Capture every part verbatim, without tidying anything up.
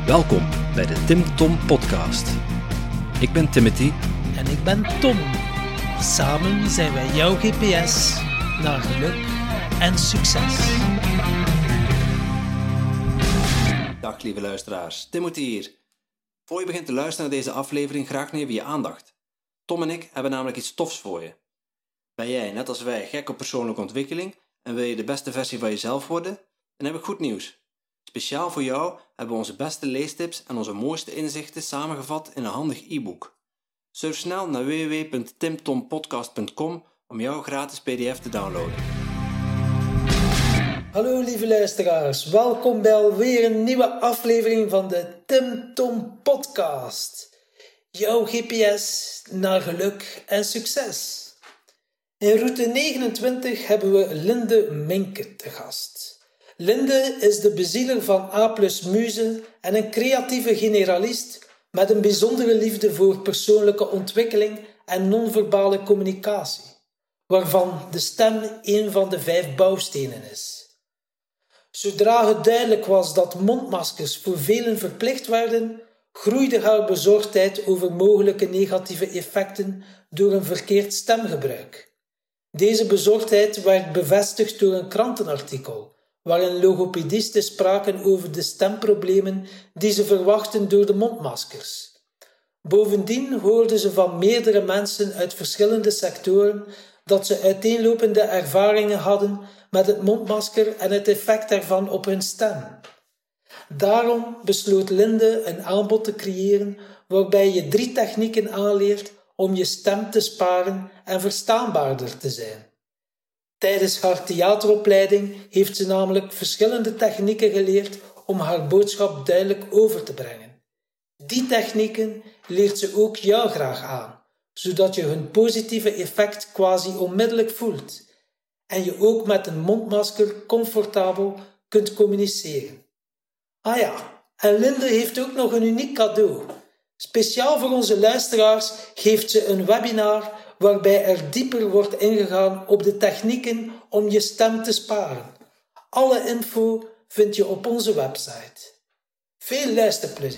Welkom bij de Tim Tom Podcast. Ik ben Timothy. En ik ben Tom. Samen zijn wij jouw G P S naar geluk en succes. Dag lieve luisteraars, Timothy hier. Voor je begint te luisteren naar deze aflevering graag nog even je aandacht. Tom en ik hebben namelijk iets tofs voor je. Ben jij, net als wij, gek op persoonlijke ontwikkeling en wil je de beste versie van jezelf worden? Dan heb ik goed nieuws. Speciaal voor jou hebben we onze beste leestips en onze mooiste inzichten samengevat in een handig e-book. Surf snel naar w w w punt timtompodcast punt com om jouw gratis P D F te downloaden. Hallo lieve luisteraars, welkom bij alweer een nieuwe aflevering van de Tim Tom Podcast. Jouw G P S naar geluk en succes. In route negenentwintig hebben we Linde Minke te gast. Linde is de bezieler van A plus Muze en een creatieve generalist met een bijzondere liefde voor persoonlijke ontwikkeling en non-verbale communicatie, waarvan de stem een van de vijf bouwstenen is. Zodra het duidelijk was dat mondmaskers voor velen verplicht werden, groeide haar bezorgdheid over mogelijke negatieve effecten door een verkeerd stemgebruik. Deze bezorgdheid werd bevestigd door een krantenartikel, waarin logopedisten spraken over de stemproblemen die ze verwachten door de mondmaskers. Bovendien hoorden ze van meerdere mensen uit verschillende sectoren dat ze uiteenlopende ervaringen hadden met het mondmasker en het effect daarvan op hun stem. Daarom besloot Linde een aanbod te creëren waarbij je drie technieken aanleert om je stem te sparen en verstaanbaarder te zijn. Tijdens haar theateropleiding heeft ze namelijk verschillende technieken geleerd om haar boodschap duidelijk over te brengen. Die technieken leert ze ook jou graag aan, zodat je hun positieve effect quasi onmiddellijk voelt en je ook met een mondmasker comfortabel kunt communiceren. Ah ja, en Linde heeft ook nog een uniek cadeau. Speciaal voor onze luisteraars geeft ze een webinar waarbij er dieper wordt ingegaan op de technieken om je stem te sparen. Alle info vind je op onze website. Veel luisterplezier.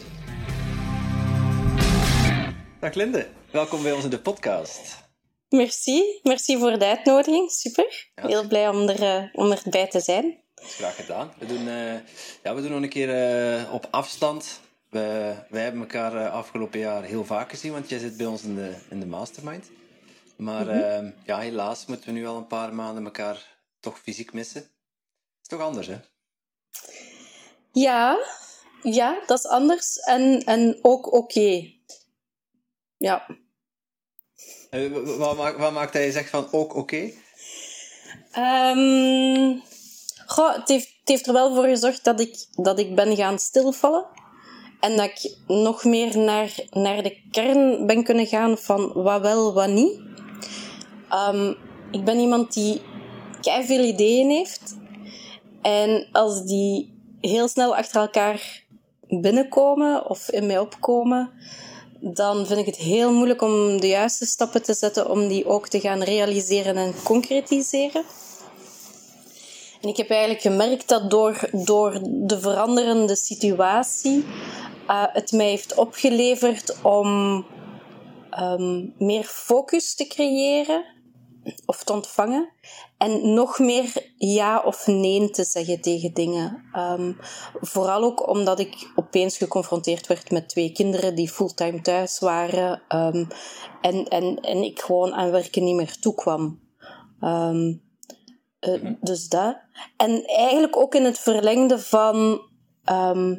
Dag Linde, welkom bij ons in de podcast. Merci, merci voor de uitnodiging, super. Ja. Heel blij om, er, uh, om erbij te zijn. Dat is graag gedaan. We doen, uh, ja, we doen nog een keer uh, op afstand. We, wij hebben elkaar uh, afgelopen jaar heel vaak gezien, want jij zit bij ons in de, in de mastermind. Maar mm-hmm. uh, ja, helaas moeten we nu al een paar maanden elkaar toch fysiek missen. Dat is toch anders, hè? Ja, ja, dat is anders en, en ook oké. Okay. Ja. Uh, wat, wat, wat maakt dat je zegt van ook oké? Okay? Um, goh, het heeft, het heeft er wel voor gezorgd dat ik, dat ik ben gaan stilvallen. En dat ik nog meer naar, naar de kern ben kunnen gaan van wat wel, wat niet. Um, ik ben iemand die keiveel ideeën heeft. En als die heel snel achter elkaar binnenkomen of in mij opkomen, dan vind ik het heel moeilijk om de juiste stappen te zetten om die ook te gaan realiseren en concretiseren. En ik heb eigenlijk gemerkt dat door, door de veranderende situatie uh, het mij heeft opgeleverd om um, meer focus te creëren of te ontvangen en nog meer ja of nee te zeggen tegen dingen. Um, vooral ook omdat ik opeens geconfronteerd werd met twee kinderen die fulltime thuis waren um, en, en, en ik gewoon aan werken niet meer toekwam. Um, uh, dus dat. En eigenlijk ook in het verlengde van um,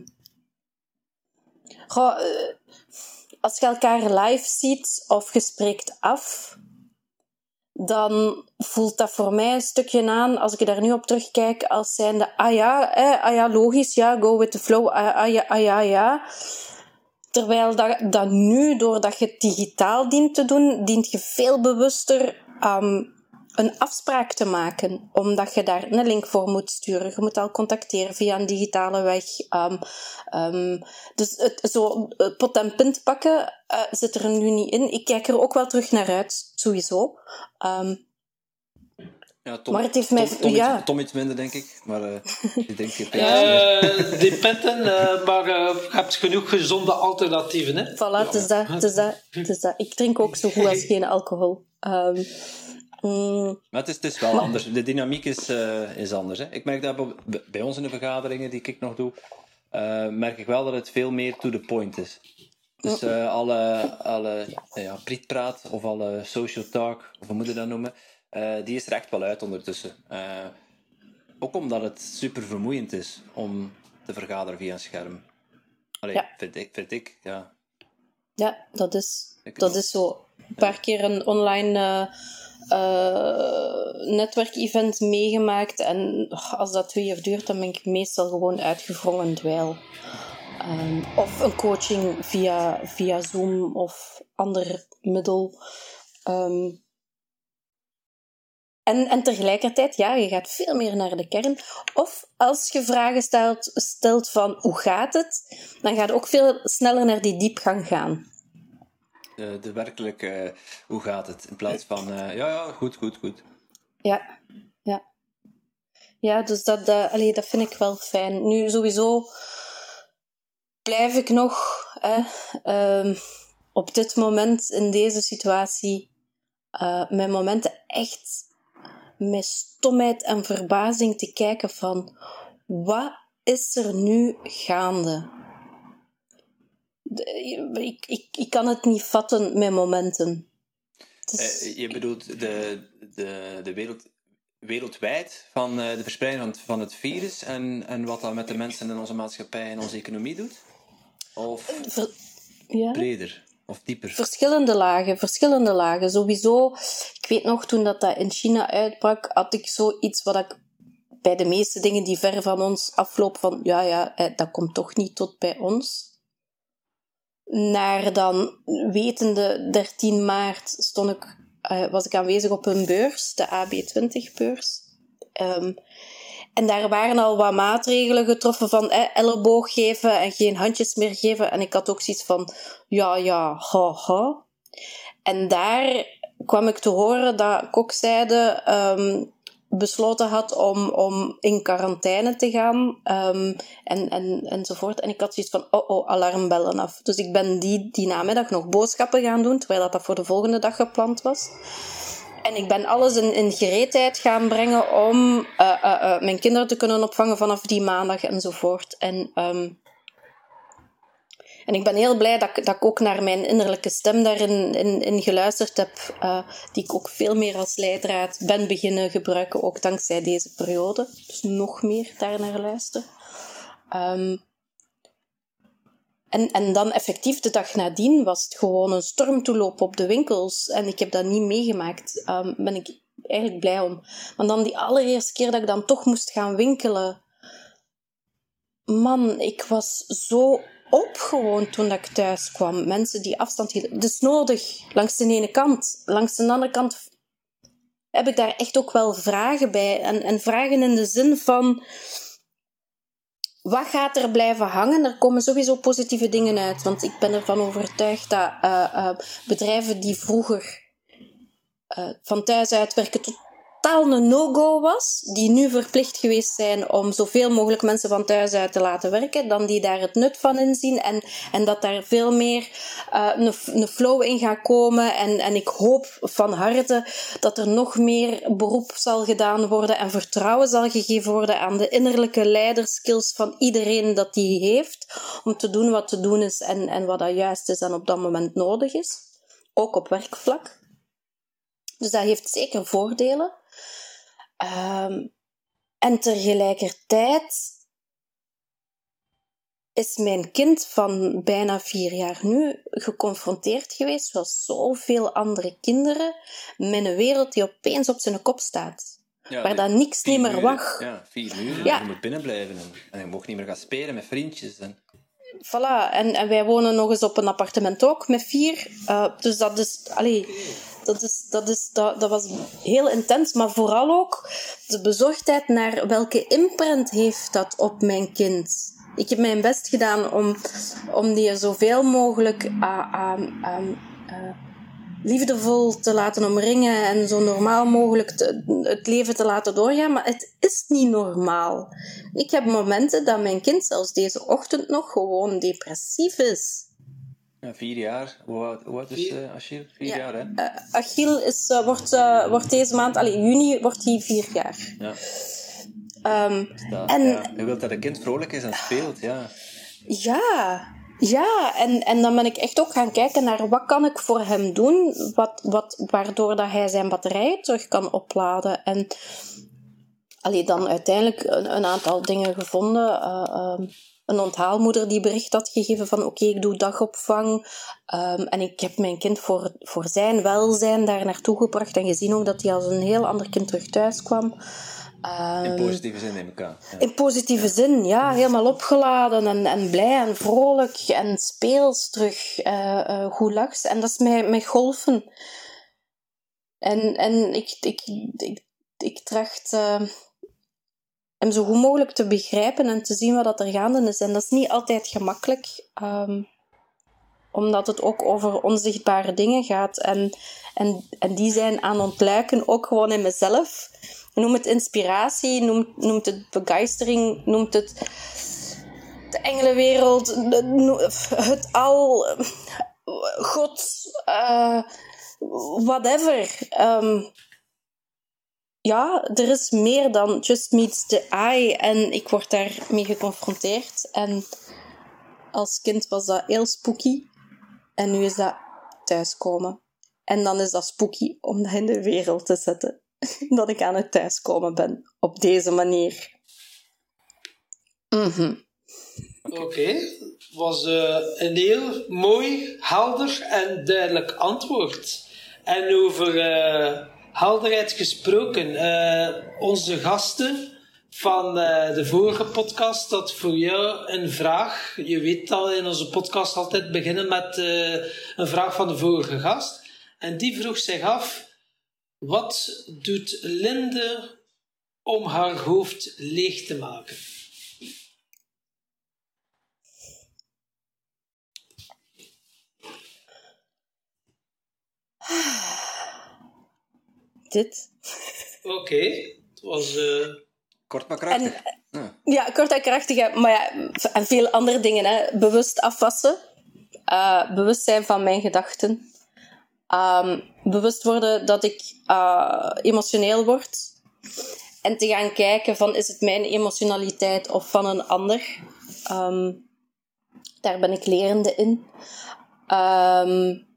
goh, uh, als je elkaar live ziet of je spreekt af, dan voelt dat voor mij een stukje aan, als ik daar nu op terugkijk, als zijnde, ah ja, eh, ah ja, logisch, ja, go with the flow, ah, ah ja, ah ja, ja. Terwijl dat, dat nu, doordat je het digitaal dient te doen, dient je veel bewuster um, een afspraak te maken, omdat je daar een link voor moet sturen. Je moet al contacteren via een digitale weg. Um, um, dus het, zo pot en pint pakken uh, zit er nu niet in. Ik kijk er ook wel terug naar uit, sowieso. Um, Ja, Tom, Maar het heeft mij... Tom, Tom, ja. iets, Tom iets minder, denk ik. Maar uh, ik denk je uh, Die petten, uh, maar uh, je hebt genoeg gezonde alternatieven. Hè? Voilà, het is dat, het is dat, het is dat. Ik drink ook zo goed als geen alcohol. Um, mm, maar het is, het is wel maar, anders. De dynamiek is, uh, is anders. Hè? Ik merk dat bij ons in de vergaderingen die ik nog doe, uh, merk ik wel dat het veel meer to the point is. Dus uh, alle, alle ja, prietpraat of alle social talk, of hoe moet je dat noemen, uh, die is er echt wel uit ondertussen. Uh, ook omdat het super vermoeiend is om te vergaderen via een scherm. Allee, ja. vind, ik, vind ik, ja. Ja, dat is, dat is zo. Een paar ja. keer een online uh, uh, netwerkevent meegemaakt en als dat twee uur duurt, dan ben ik meestal gewoon uitgevrongen dweil. Um, of een coaching via, via Zoom of ander middel. Um, en, en tegelijkertijd, ja, je gaat veel meer naar de kern. Of als je vragen stelt, stelt van hoe gaat het, dan ga je ook veel sneller naar die diepgang gaan. De, de werkelijke, uh, hoe gaat het? In plaats van, uh, ja, ja, goed, goed, goed. Ja, ja. Ja, dus dat, uh, allee, dat vind ik wel fijn. Nu, sowieso blijf ik nog hè, uh, op dit moment, in deze situatie, uh, mijn momenten echt met stomheid en verbazing te kijken van, wat is er nu gaande? De, ik, ik, ik kan het niet vatten met momenten. Is... Uh, je bedoelt de, de, de wereld, wereldwijd van uh, de verspreiding van het, van het virus en, en wat dat met de mensen in onze maatschappij en onze economie doet? Of Ver, ja. breder of dieper? Verschillende lagen, verschillende lagen. Sowieso, ik weet nog, toen dat, dat in China uitbrak, had ik zoiets wat ik bij de meeste dingen die ver van ons aflopen van, ja, ja, dat komt toch niet tot bij ons. Naar dan, wetende, dertien maart stond ik, uh, was ik aanwezig op een beurs, de A B twintig beurs. Um, en daar waren al wat maatregelen getroffen van eh, elleboog geven en geen handjes meer geven. En ik had ook zoiets van, ja, ja, ha, ha. En daar kwam ik te horen dat Kokzijde um, besloten had om, om in quarantaine te gaan um, en, en, enzovoort. En ik had zoiets van, oh, oh, alarmbellen af. Dus ik ben die, die namiddag nog boodschappen gaan doen, terwijl dat, dat voor de volgende dag gepland was. En ik ben alles in, in gereedheid gaan brengen om uh, uh, uh, mijn kinderen te kunnen opvangen vanaf die maandag enzovoort. En, um, en ik ben heel blij dat, dat ik ook naar mijn innerlijke stem daarin in, in geluisterd heb, uh, die ik ook veel meer als leidraad ben beginnen gebruiken, ook dankzij deze periode. Dus nog meer daar naar luisteren. Um, En, en dan effectief de dag nadien was het gewoon een stormtoeloop op de winkels. En ik heb dat niet meegemaakt. Um, ben ik eigenlijk blij om. Maar dan die allereerste keer dat ik dan toch moest gaan winkelen. Man, ik was zo opgewoond toen dat ik thuis kwam. Mensen die afstand hielden. Het is nodig, langs de ene kant. Langs de andere kant heb ik daar echt ook wel vragen bij. En, en vragen in de zin van, wat gaat er blijven hangen? Er komen sowieso positieve dingen uit. Want ik ben ervan overtuigd dat uh, uh, bedrijven die vroeger uh, van thuis uitwerken totaal een no-go was, die nu verplicht geweest zijn om zoveel mogelijk mensen van thuis uit te laten werken, dan die daar het nut van inzien en, en dat daar veel meer uh, een, een flow in gaat komen. En, en ik hoop van harte dat er nog meer beroep zal gedaan worden en vertrouwen zal gegeven worden aan de innerlijke leiderskills van iedereen dat die heeft, om te doen wat te doen is en, en wat dat juist is en op dat moment nodig is. Ook op werkvlak. Dus dat heeft zeker voordelen. Um, en tegelijkertijd is mijn kind van bijna vier jaar nu geconfronteerd geweest, zoals zoveel andere kinderen, met een wereld die opeens op zijn kop staat. Ja, waar dat niks niet meer wacht. Ja, vier uur. Ja. Je moet binnen blijven en, en je mocht niet meer gaan spelen met vriendjes. En... Voilà, en, en wij wonen nog eens op een appartement ook met vier. Uh, dus dat is... Allee, Dat, is, dat, is, dat, dat was heel intens, maar vooral ook de bezorgdheid naar welke imprint heeft dat op mijn kind. Ik heb mijn best gedaan om, om die zoveel mogelijk uh, uh, uh, uh, liefdevol te laten omringen en zo normaal mogelijk te, het leven te laten doorgaan, maar het is niet normaal. Ik heb momenten dat mijn kind zelfs deze ochtend nog gewoon depressief is. Ja, vier jaar. Hoe oud, hoe oud is uh, Achille? Vier ja. jaar, hè? Uh, Achille is, uh, wordt, uh, wordt deze maand, allee, juni, wordt hij vier jaar. Ja. Um, dat, en, ja. Je wilt dat een kind vrolijk is en speelt, ja. Ja, ja. En, en dan ben ik echt ook gaan kijken naar wat kan ik voor hem doen, wat, wat, waardoor dat hij zijn batterij terug kan opladen. En allee, dan uiteindelijk een, een aantal dingen gevonden. Uh, um, een onthaalmoeder die bericht had gegeven van oké, okay, ik doe dagopvang. Um, en ik heb mijn kind voor, voor zijn welzijn daar naartoe gebracht en gezien ook dat hij als een heel ander kind terug thuis kwam. Um, in positieve zin neem ik aan. Ja. In positieve ja. zin, ja. Helemaal opgeladen en, en blij en vrolijk en speels terug. Uh, uh, goed lachs. En dat is met, met golven. En, en ik, ik, ik, ik tracht uh, hem zo goed mogelijk te begrijpen en te zien wat dat er gaande is. En dat is niet altijd gemakkelijk. Um, omdat het ook over onzichtbare dingen gaat. En, en, en die zijn aan ontluiken, ook gewoon in mezelf. Noem het inspiratie, noem, noemt het begeistering, noemt het de engelenwereld, het al, God, uh, whatever. Um, ja, er is meer dan just meets the eye en ik word daarmee geconfronteerd. En als kind was dat heel spooky en nu is dat thuiskomen. En dan is dat spooky om dat in de wereld te zetten. Dat ik aan het thuiskomen ben. Op deze manier. Mm-hmm. Oké. Okay. Het was uh, een heel mooi, helder en duidelijk antwoord. En over uh, helderheid gesproken. Uh, onze gasten van uh, de vorige podcast had voor jou een vraag. Je weet dat we in onze podcast altijd beginnen met uh, een vraag van de vorige gast. En die vroeg zich af... Wat doet Linde om haar hoofd leeg te maken? Dit. Oké, okay. Het was... Uh... Kort maar krachtig. En, ja. ja, kort en krachtig. Maar ja, en veel andere dingen. Hè. Bewust afwassen. Uh, bewust zijn van mijn gedachten. Um, bewust worden dat ik uh, emotioneel word. En te gaan kijken van, is het mijn emotionaliteit of van een ander? Um, daar ben ik lerende in. Um,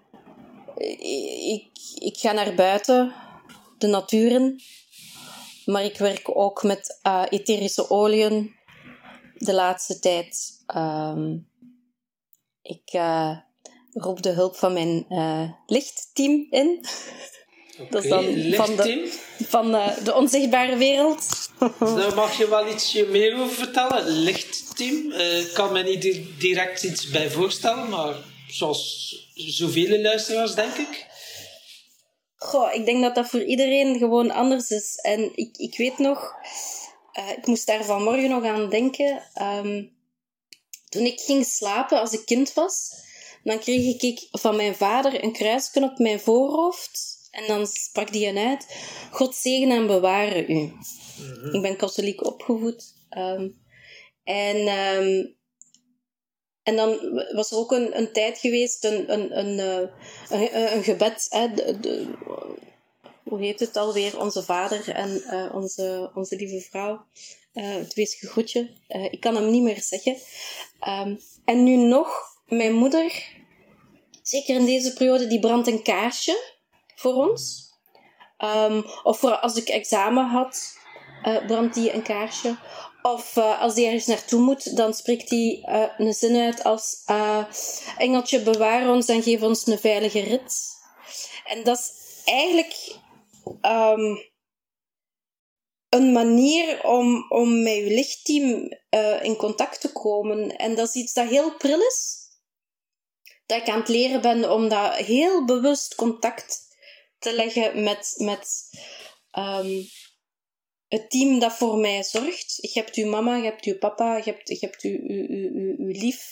ik, ik ga naar buiten, de natuur in. Maar ik werk ook met uh, etherische oliën de laatste tijd. Um, ik... Uh, roep de hulp van mijn uh, lichtteam in. Okay, dat is dan van, de, van uh, de onzichtbare wereld. Daar mag je wel ietsje meer over vertellen. Lichtteam. Uh, ik kan me niet direct iets bij voorstellen, maar zoals zoveel luisteraars, denk ik. Goh, ik denk dat dat voor iedereen gewoon anders is. En ik, ik weet nog... Uh, ik moest daar vanmorgen nog aan denken. Um, toen ik ging slapen als ik kind was... Dan kreeg ik van mijn vader een kruisje op mijn voorhoofd. En dan sprak die uit. God zegen en bewaren u. Mm-hmm. Ik ben katholiek opgevoed. Um, en, um, en dan was er ook een, een tijd geweest, een, een, een, een, een gebed. Hè, de, de, hoe heet het alweer? Onze vader en uh, onze, onze lieve vrouw. Uh, het weesige groetje. Uh, ik kan hem niet meer zeggen. Um, en nu nog... Mijn moeder, zeker in deze periode, die brandt een kaarsje voor ons. Um, of voor als ik examen had, uh, brandt die een kaarsje. Of uh, als die ergens naartoe moet, dan spreekt die uh, een zin uit als... Uh, Engeltje, bewaar ons en geef ons een veilige rit. En dat is eigenlijk... Um, een manier om, om met je lichtteam uh, in contact te komen. En dat is iets dat heel pril is. Dat ik aan het leren ben om dat heel bewust contact te leggen met, met um, het team dat voor mij zorgt. Je hebt uw mama, je hebt uw papa, je hebt, je hebt uw, uw, uw, uw lief.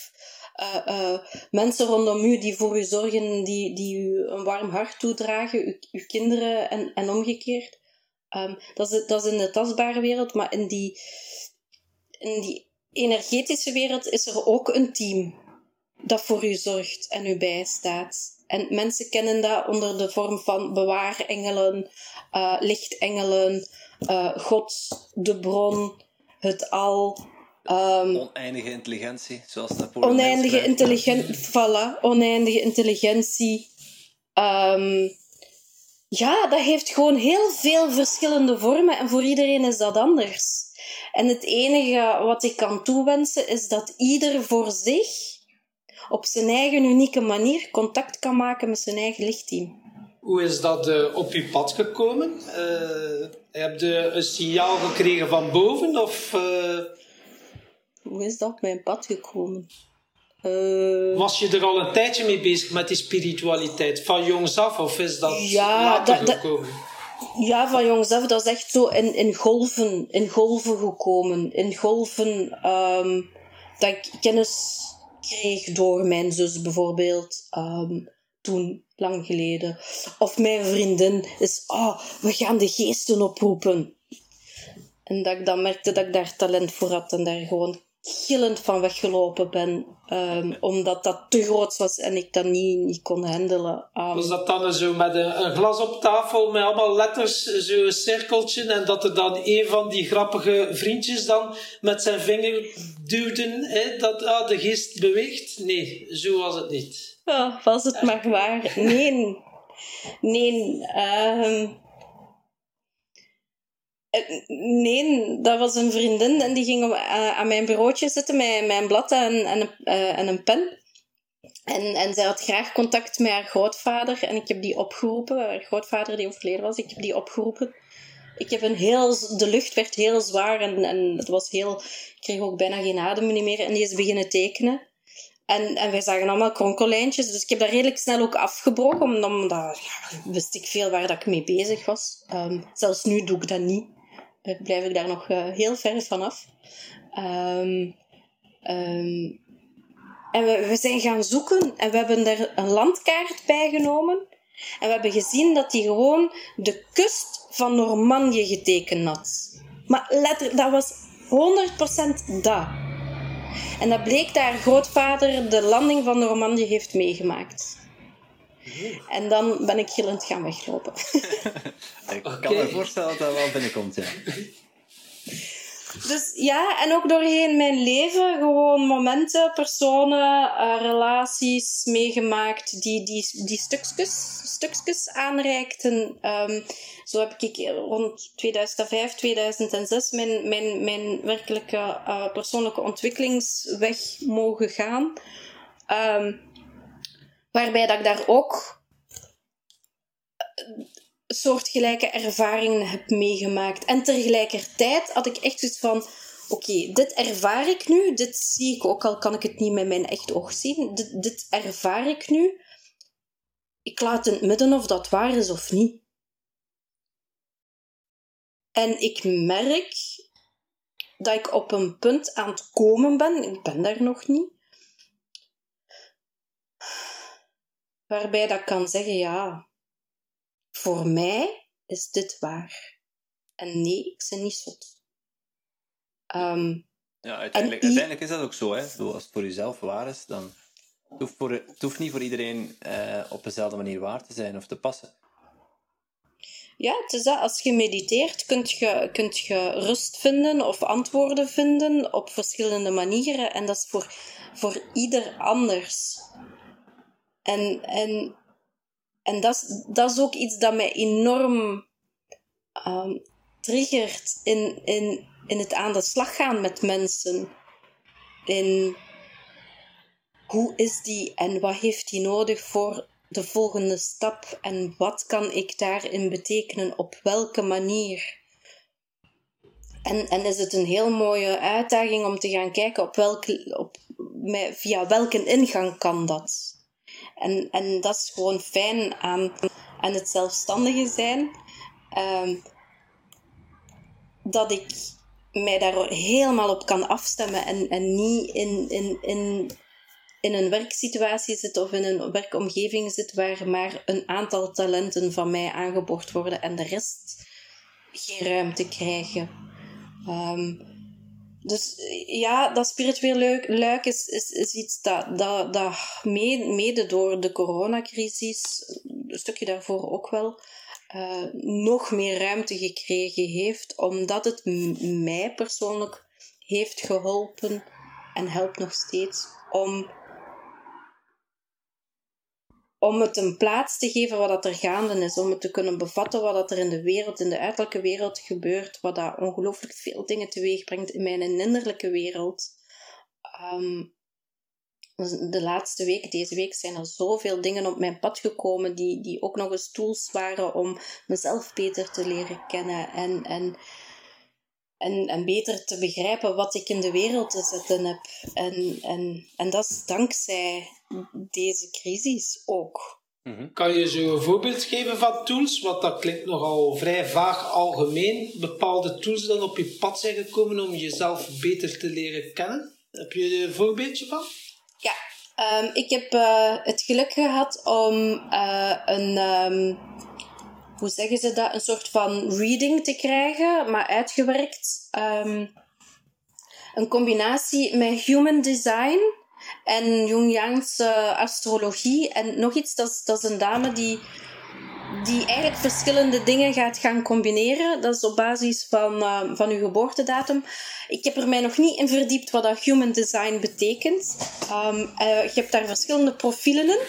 uh, uh, mensen rondom u die voor u zorgen, die, die u een warm hart toedragen, uw, uw kinderen en, en omgekeerd. Um, dat, is, dat is in de tastbare wereld, maar in die, in die energetische wereld is er ook een team dat voor u zorgt en u bijstaat. En mensen kennen dat onder de vorm van bewaarengelen, uh, lichtengelen, uh, God, de bron, het al. Um, oneindige intelligentie, zoals Napoleon Oneindige intelligentie, voilà, oneindige intelligentie. Um, ja, dat heeft gewoon heel veel verschillende vormen en voor iedereen is dat anders. En het enige wat ik kan toewensen is dat ieder voor zich op zijn eigen unieke manier contact kan maken met zijn eigen lichtteam. Hoe is dat uh, op je pad gekomen? Uh, heb je een signaal gekregen van boven? Of, uh... Hoe is dat op mijn pad gekomen? Uh... Was je er al een tijdje mee bezig met die spiritualiteit? Van jongs af? Of is dat ja, later dat, gekomen? Dat, ja, van jongs af. Dat is echt zo in, in, golven, in golven gekomen. In golven um, dat ik kennis kreeg door mijn zus bijvoorbeeld. Um, toen, lang geleden. Of mijn vriendin is, oh, we gaan de geesten oproepen. En dat ik dan merkte dat ik daar talent voor had en daar gewoon gillend van weggelopen ben. Um, omdat dat te groot was en ik dat niet, niet kon handelen. Um, was dat dan zo met een, een glas op tafel met allemaal letters, zo'n cirkeltje, en dat er dan een van die grappige vriendjes dan met zijn vinger duwde, hè, dat ah, de geest beweegt? Nee, zo was het niet. Oh, was het maar waar. Nee. Nee. Um, nee, dat was een vriendin en die ging op, uh, aan mijn bureautje zitten met mijn blad en, en, een, uh, en een pen. En, en zij had graag contact met haar grootvader en ik heb die opgeroepen. Haar grootvader die overleden was, ik heb die opgeroepen. Ik heb een heel... De lucht werd heel zwaar en, en het was heel... Ik kreeg ook bijna geen adem meer en die is beginnen tekenen. En, en wij zagen allemaal kronkellijntjes, dus ik heb dat redelijk snel ook afgebroken, omdat ja, wist ik veel waar dat ik mee bezig was. Um, zelfs nu doe ik dat niet. Uh, blijf ik daar nog uh, heel ver vanaf. Um, um, en we, we zijn gaan zoeken en we hebben daar een landkaart bij genomen. En we hebben gezien dat hij gewoon de kust van Normandië getekend had. Maar letterlijk, dat was honderd procent dat. En dat bleek dat haar grootvader de landing van Normandië heeft meegemaakt. En dan ben ik gillend gaan weglopen. Ik kan okay. me voorstellen dat dat wel binnenkomt, ja. Dus ja, en ook doorheen mijn leven gewoon momenten, personen, uh, relaties meegemaakt die, die, die stukjes, stukjes aanreikten. Um, zo heb ik rond tweeduizend vijf, tweeduizend zes mijn, mijn, mijn werkelijke uh, persoonlijke ontwikkelingsweg mogen gaan. Um, waarbij dat ik daar ook soortgelijke ervaringen heb meegemaakt. En tegelijkertijd had ik echt zoiets van... Oké, okay, dit ervaar ik nu. Dit zie ik, ook al kan ik het niet met mijn echt oog zien. Dit, dit ervaar ik nu. Ik laat in het midden of dat waar is of niet. En ik merk dat ik op een punt aan het komen ben. Ik ben daar nog niet. Waarbij dat ik kan zeggen, ja... Voor mij is dit waar. En nee, ik ben niet zot. Um, ja, uiteindelijk, i- uiteindelijk is dat ook zo. Hè? Als het voor jezelf waar is, dan... Het hoeft, voor, het hoeft niet voor iedereen uh, op dezelfde manier waar te zijn of te passen. Ja, het is dat. Als je mediteert, kun je, kun je rust vinden of antwoorden vinden op verschillende manieren. En dat is voor, voor ieder anders. En... en En dat is, dat is ook iets dat mij enorm um, triggert in, in, in het aan de slag gaan met mensen. In hoe is die en wat heeft die nodig voor de volgende stap en wat kan ik daarin betekenen, op welke manier. En, en is het een heel mooie uitdaging om te gaan kijken op welke, op, met, via welke ingang kan dat. En, en dat is gewoon fijn aan, aan het zelfstandige zijn. Um, dat ik mij daar helemaal op kan afstemmen. En, en niet in, in, in in een werksituatie zit of in een werkomgeving zit waar maar een aantal talenten van mij aangeboord worden en de rest geen ruimte krijgen. Um, dus ja, dat spiritueel luik is, is, is iets dat, dat, dat mede, mede door de coronacrisis, een stukje daarvoor ook wel, uh, nog meer ruimte gekregen heeft, omdat het m- mij persoonlijk heeft geholpen en helpt nog steeds om, om het een plaats te geven wat dat er gaande is, om het te kunnen bevatten wat dat er in de wereld, in de uiterlijke wereld gebeurt, wat dat ongelooflijk veel dingen teweeg brengt in mijn innerlijke wereld. Um, de laatste week, deze week, zijn er zoveel dingen op mijn pad gekomen die, die ook nog eens tools waren om mezelf beter te leren kennen en, en, en, en beter te begrijpen wat ik in de wereld te zetten heb. En, en, en dat is dankzij deze crisis ook. Mm-hmm. Kan je zo een voorbeeld geven van tools? Want dat klinkt nogal vrij vaag algemeen. Bepaalde tools dan op je pad zijn gekomen om jezelf beter te leren kennen. Heb je er een voorbeeldje van? Ja, um, ik heb uh, het geluk gehad om uh, een, um, hoe zeggen ze dat, een soort van reading te krijgen, maar uitgewerkt. Um, een combinatie met human design en Jungiaanse astrologie. En nog iets, dat is, dat is een dame die, die eigenlijk verschillende dingen gaat gaan combineren. Dat is op basis van, uh, van uw geboortedatum. Ik heb er mij nog niet in verdiept wat dat human design betekent. Um, uh, je hebt daar verschillende profielen in.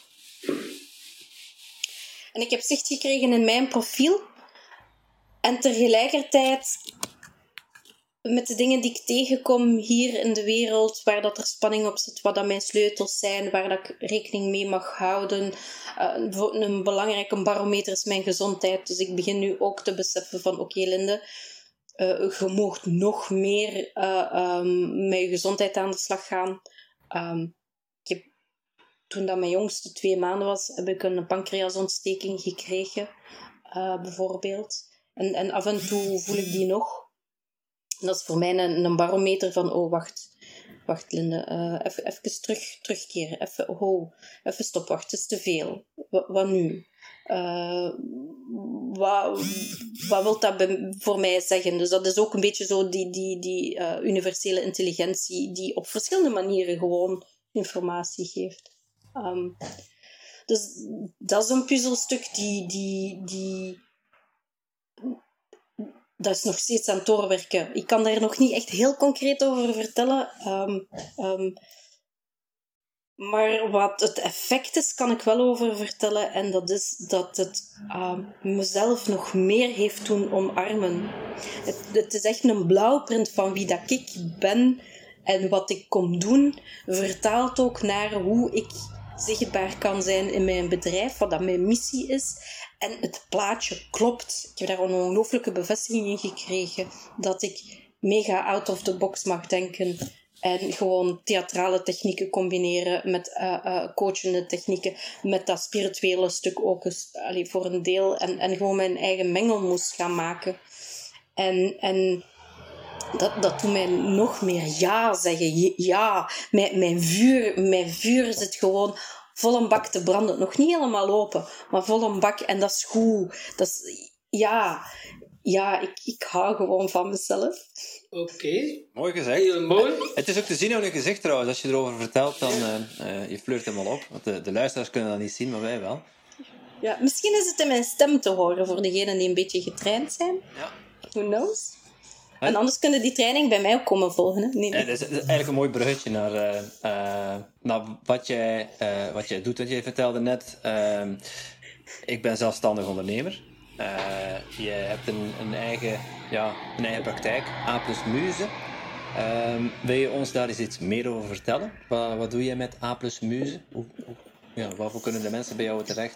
En ik heb zicht gekregen in mijn profiel. En tegelijkertijd met de dingen die ik tegenkom hier in de wereld, waar dat er spanning op zit, wat dat mijn sleutels zijn, waar dat ik rekening mee mag houden. Uh, een belangrijke barometer is mijn gezondheid. Dus ik begin nu ook te beseffen van, oké okay, Linde, uh, je moogt nog meer uh, um, met je gezondheid aan de slag gaan. Um, ik heb, toen dat mijn jongste twee maanden was, heb ik een pancreasontsteking gekregen, uh, bijvoorbeeld. En, en af en toe voel ik die nog. Dat is voor mij een, een barometer van, oh, wacht, wacht Linde, uh, even, even terug, terugkeren, even, oh, even stop, wacht, het is te veel. Wat, wat nu? Uh, wat, wat wil dat be- voor mij zeggen? Dus dat is ook een beetje zo die, die, die uh, universele intelligentie die op verschillende manieren gewoon informatie geeft. Um, dus dat is een puzzelstuk die... die, die Dat is nog steeds aan het doorwerken. Ik kan daar nog niet echt heel concreet over vertellen. Um, um, maar wat het effect is, kan ik wel over vertellen. En dat is dat het um, mezelf nog meer heeft doen omarmen. Het, het is echt een blauwprint van wie dat ik ben en wat ik kom doen. Vertaalt ook naar hoe ik zichtbaar kan zijn in mijn bedrijf, wat dat mijn missie is. En het plaatje klopt. Ik heb daar een ongelooflijke bevestiging in gekregen dat ik mega out of the box mag denken en gewoon theatrale technieken combineren met uh, uh, coachende technieken, met dat spirituele stuk ook eens, allee, voor een deel en, en gewoon mijn eigen mengelmoes gaan maken. En, en dat, dat doet mij nog meer ja zeggen. Ja, mijn, mijn, vuur, mijn vuur zit gewoon vol een bak te branden. Nog niet helemaal open, maar vol een bak. En dat is goed. Dat is, ja, ja ik, ik hou gewoon van mezelf. Oké. Okay. Mooi gezegd. Heel mooi. Het is ook te zien aan je gezicht trouwens. Als je erover vertelt, dan uh, uh, je flirt helemaal op. Want de, de luisteraars kunnen dat niet zien, maar wij wel. Ja, misschien is het in mijn stem te horen voor degenen die een beetje getraind zijn. Ja. Who knows? En anders kunnen die training bij mij ook komen volgen. Hè? Nee, nee. Ja, dat, is, dat is eigenlijk een mooi bruggetje naar, uh, uh, naar wat, jij, uh, wat jij doet. Want jij vertelde net, uh, ik ben zelfstandig ondernemer. Uh, je hebt een, een, eigen, ja, een eigen praktijk, A plus Muze. Uh, wil je ons daar eens iets meer over vertellen? Wat, wat doe je met A plus Muze? Hoe, hoe, ja, waarvoor kunnen de mensen bij jou terecht?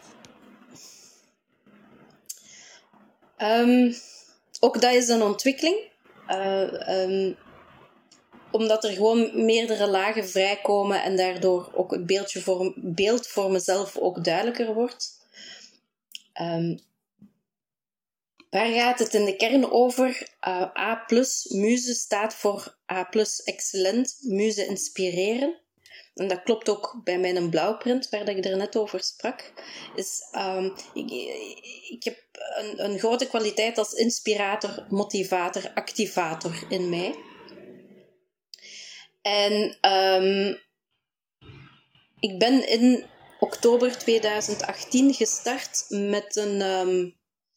Um, ook dat is een ontwikkeling. Uh, um, omdat er gewoon meerdere lagen vrijkomen en daardoor ook het beeldje voor, beeld voor mezelf ook duidelijker wordt. Um, waar gaat het in de kern over? Uh, A plus, Muze staat voor A plus excellent, Muze inspireren. en dat klopt ook bij mijn blauwprint, waar dat ik er net over sprak, is um, ik, ik heb een, een grote kwaliteit als inspirator, motivator, activator in mij. En um, ik ben in oktober tweeduizend achttien gestart met een... Um,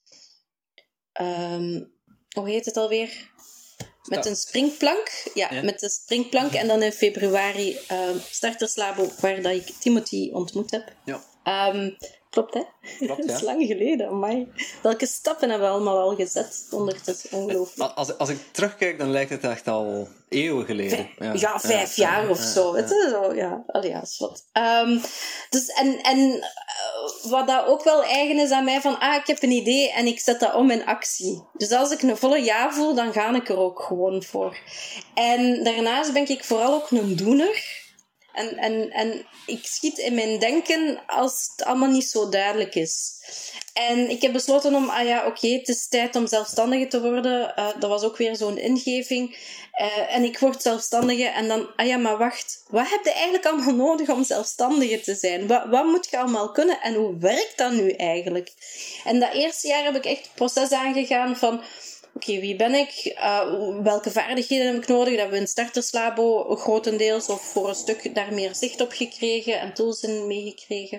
um, hoe heet het alweer? Met een springplank. Ja, ja, met een springplank. En dan in februari uh, starterslabo, waar dat ik Timothy ontmoet heb. Ja. Um, klopt, hè? Klopt, ja. Dat is lang geleden, amai. Welke stappen hebben we allemaal al gezet? Ondertussen, ongelooflijk. Als, als ik terugkijk, dan lijkt het echt al eeuwen geleden. Ja, ja vijf ja, jaar ja, of ja, zo. Ja. Weet je? Zo, ja, allee, ja, is wat. Um, dus, en en uh, wat dat ook wel eigen is aan mij, van ah, ik heb een idee en ik zet dat om in actie. Dus als ik een volle ja voel, dan ga ik er ook gewoon voor. En daarnaast ben ik vooral ook een doener. En, en, en ik schiet in mijn denken als het allemaal niet zo duidelijk is. En ik heb besloten om, ah ja, oké, okay, het is tijd om zelfstandige te worden. Uh, dat was ook weer zo'n ingeving. Uh, en ik word zelfstandige en dan, ah ja, maar wacht. Wat heb je eigenlijk allemaal nodig om zelfstandige te zijn? Wat, wat moet je allemaal kunnen en hoe werkt dat nu eigenlijk? En dat eerste jaar heb ik echt het proces aangegaan van... Oké, okay, wie ben ik? Uh, welke vaardigheden heb ik nodig? Dat hebben we in starterslabo grotendeels of voor een stuk daar meer zicht op gekregen en tools in meegekregen.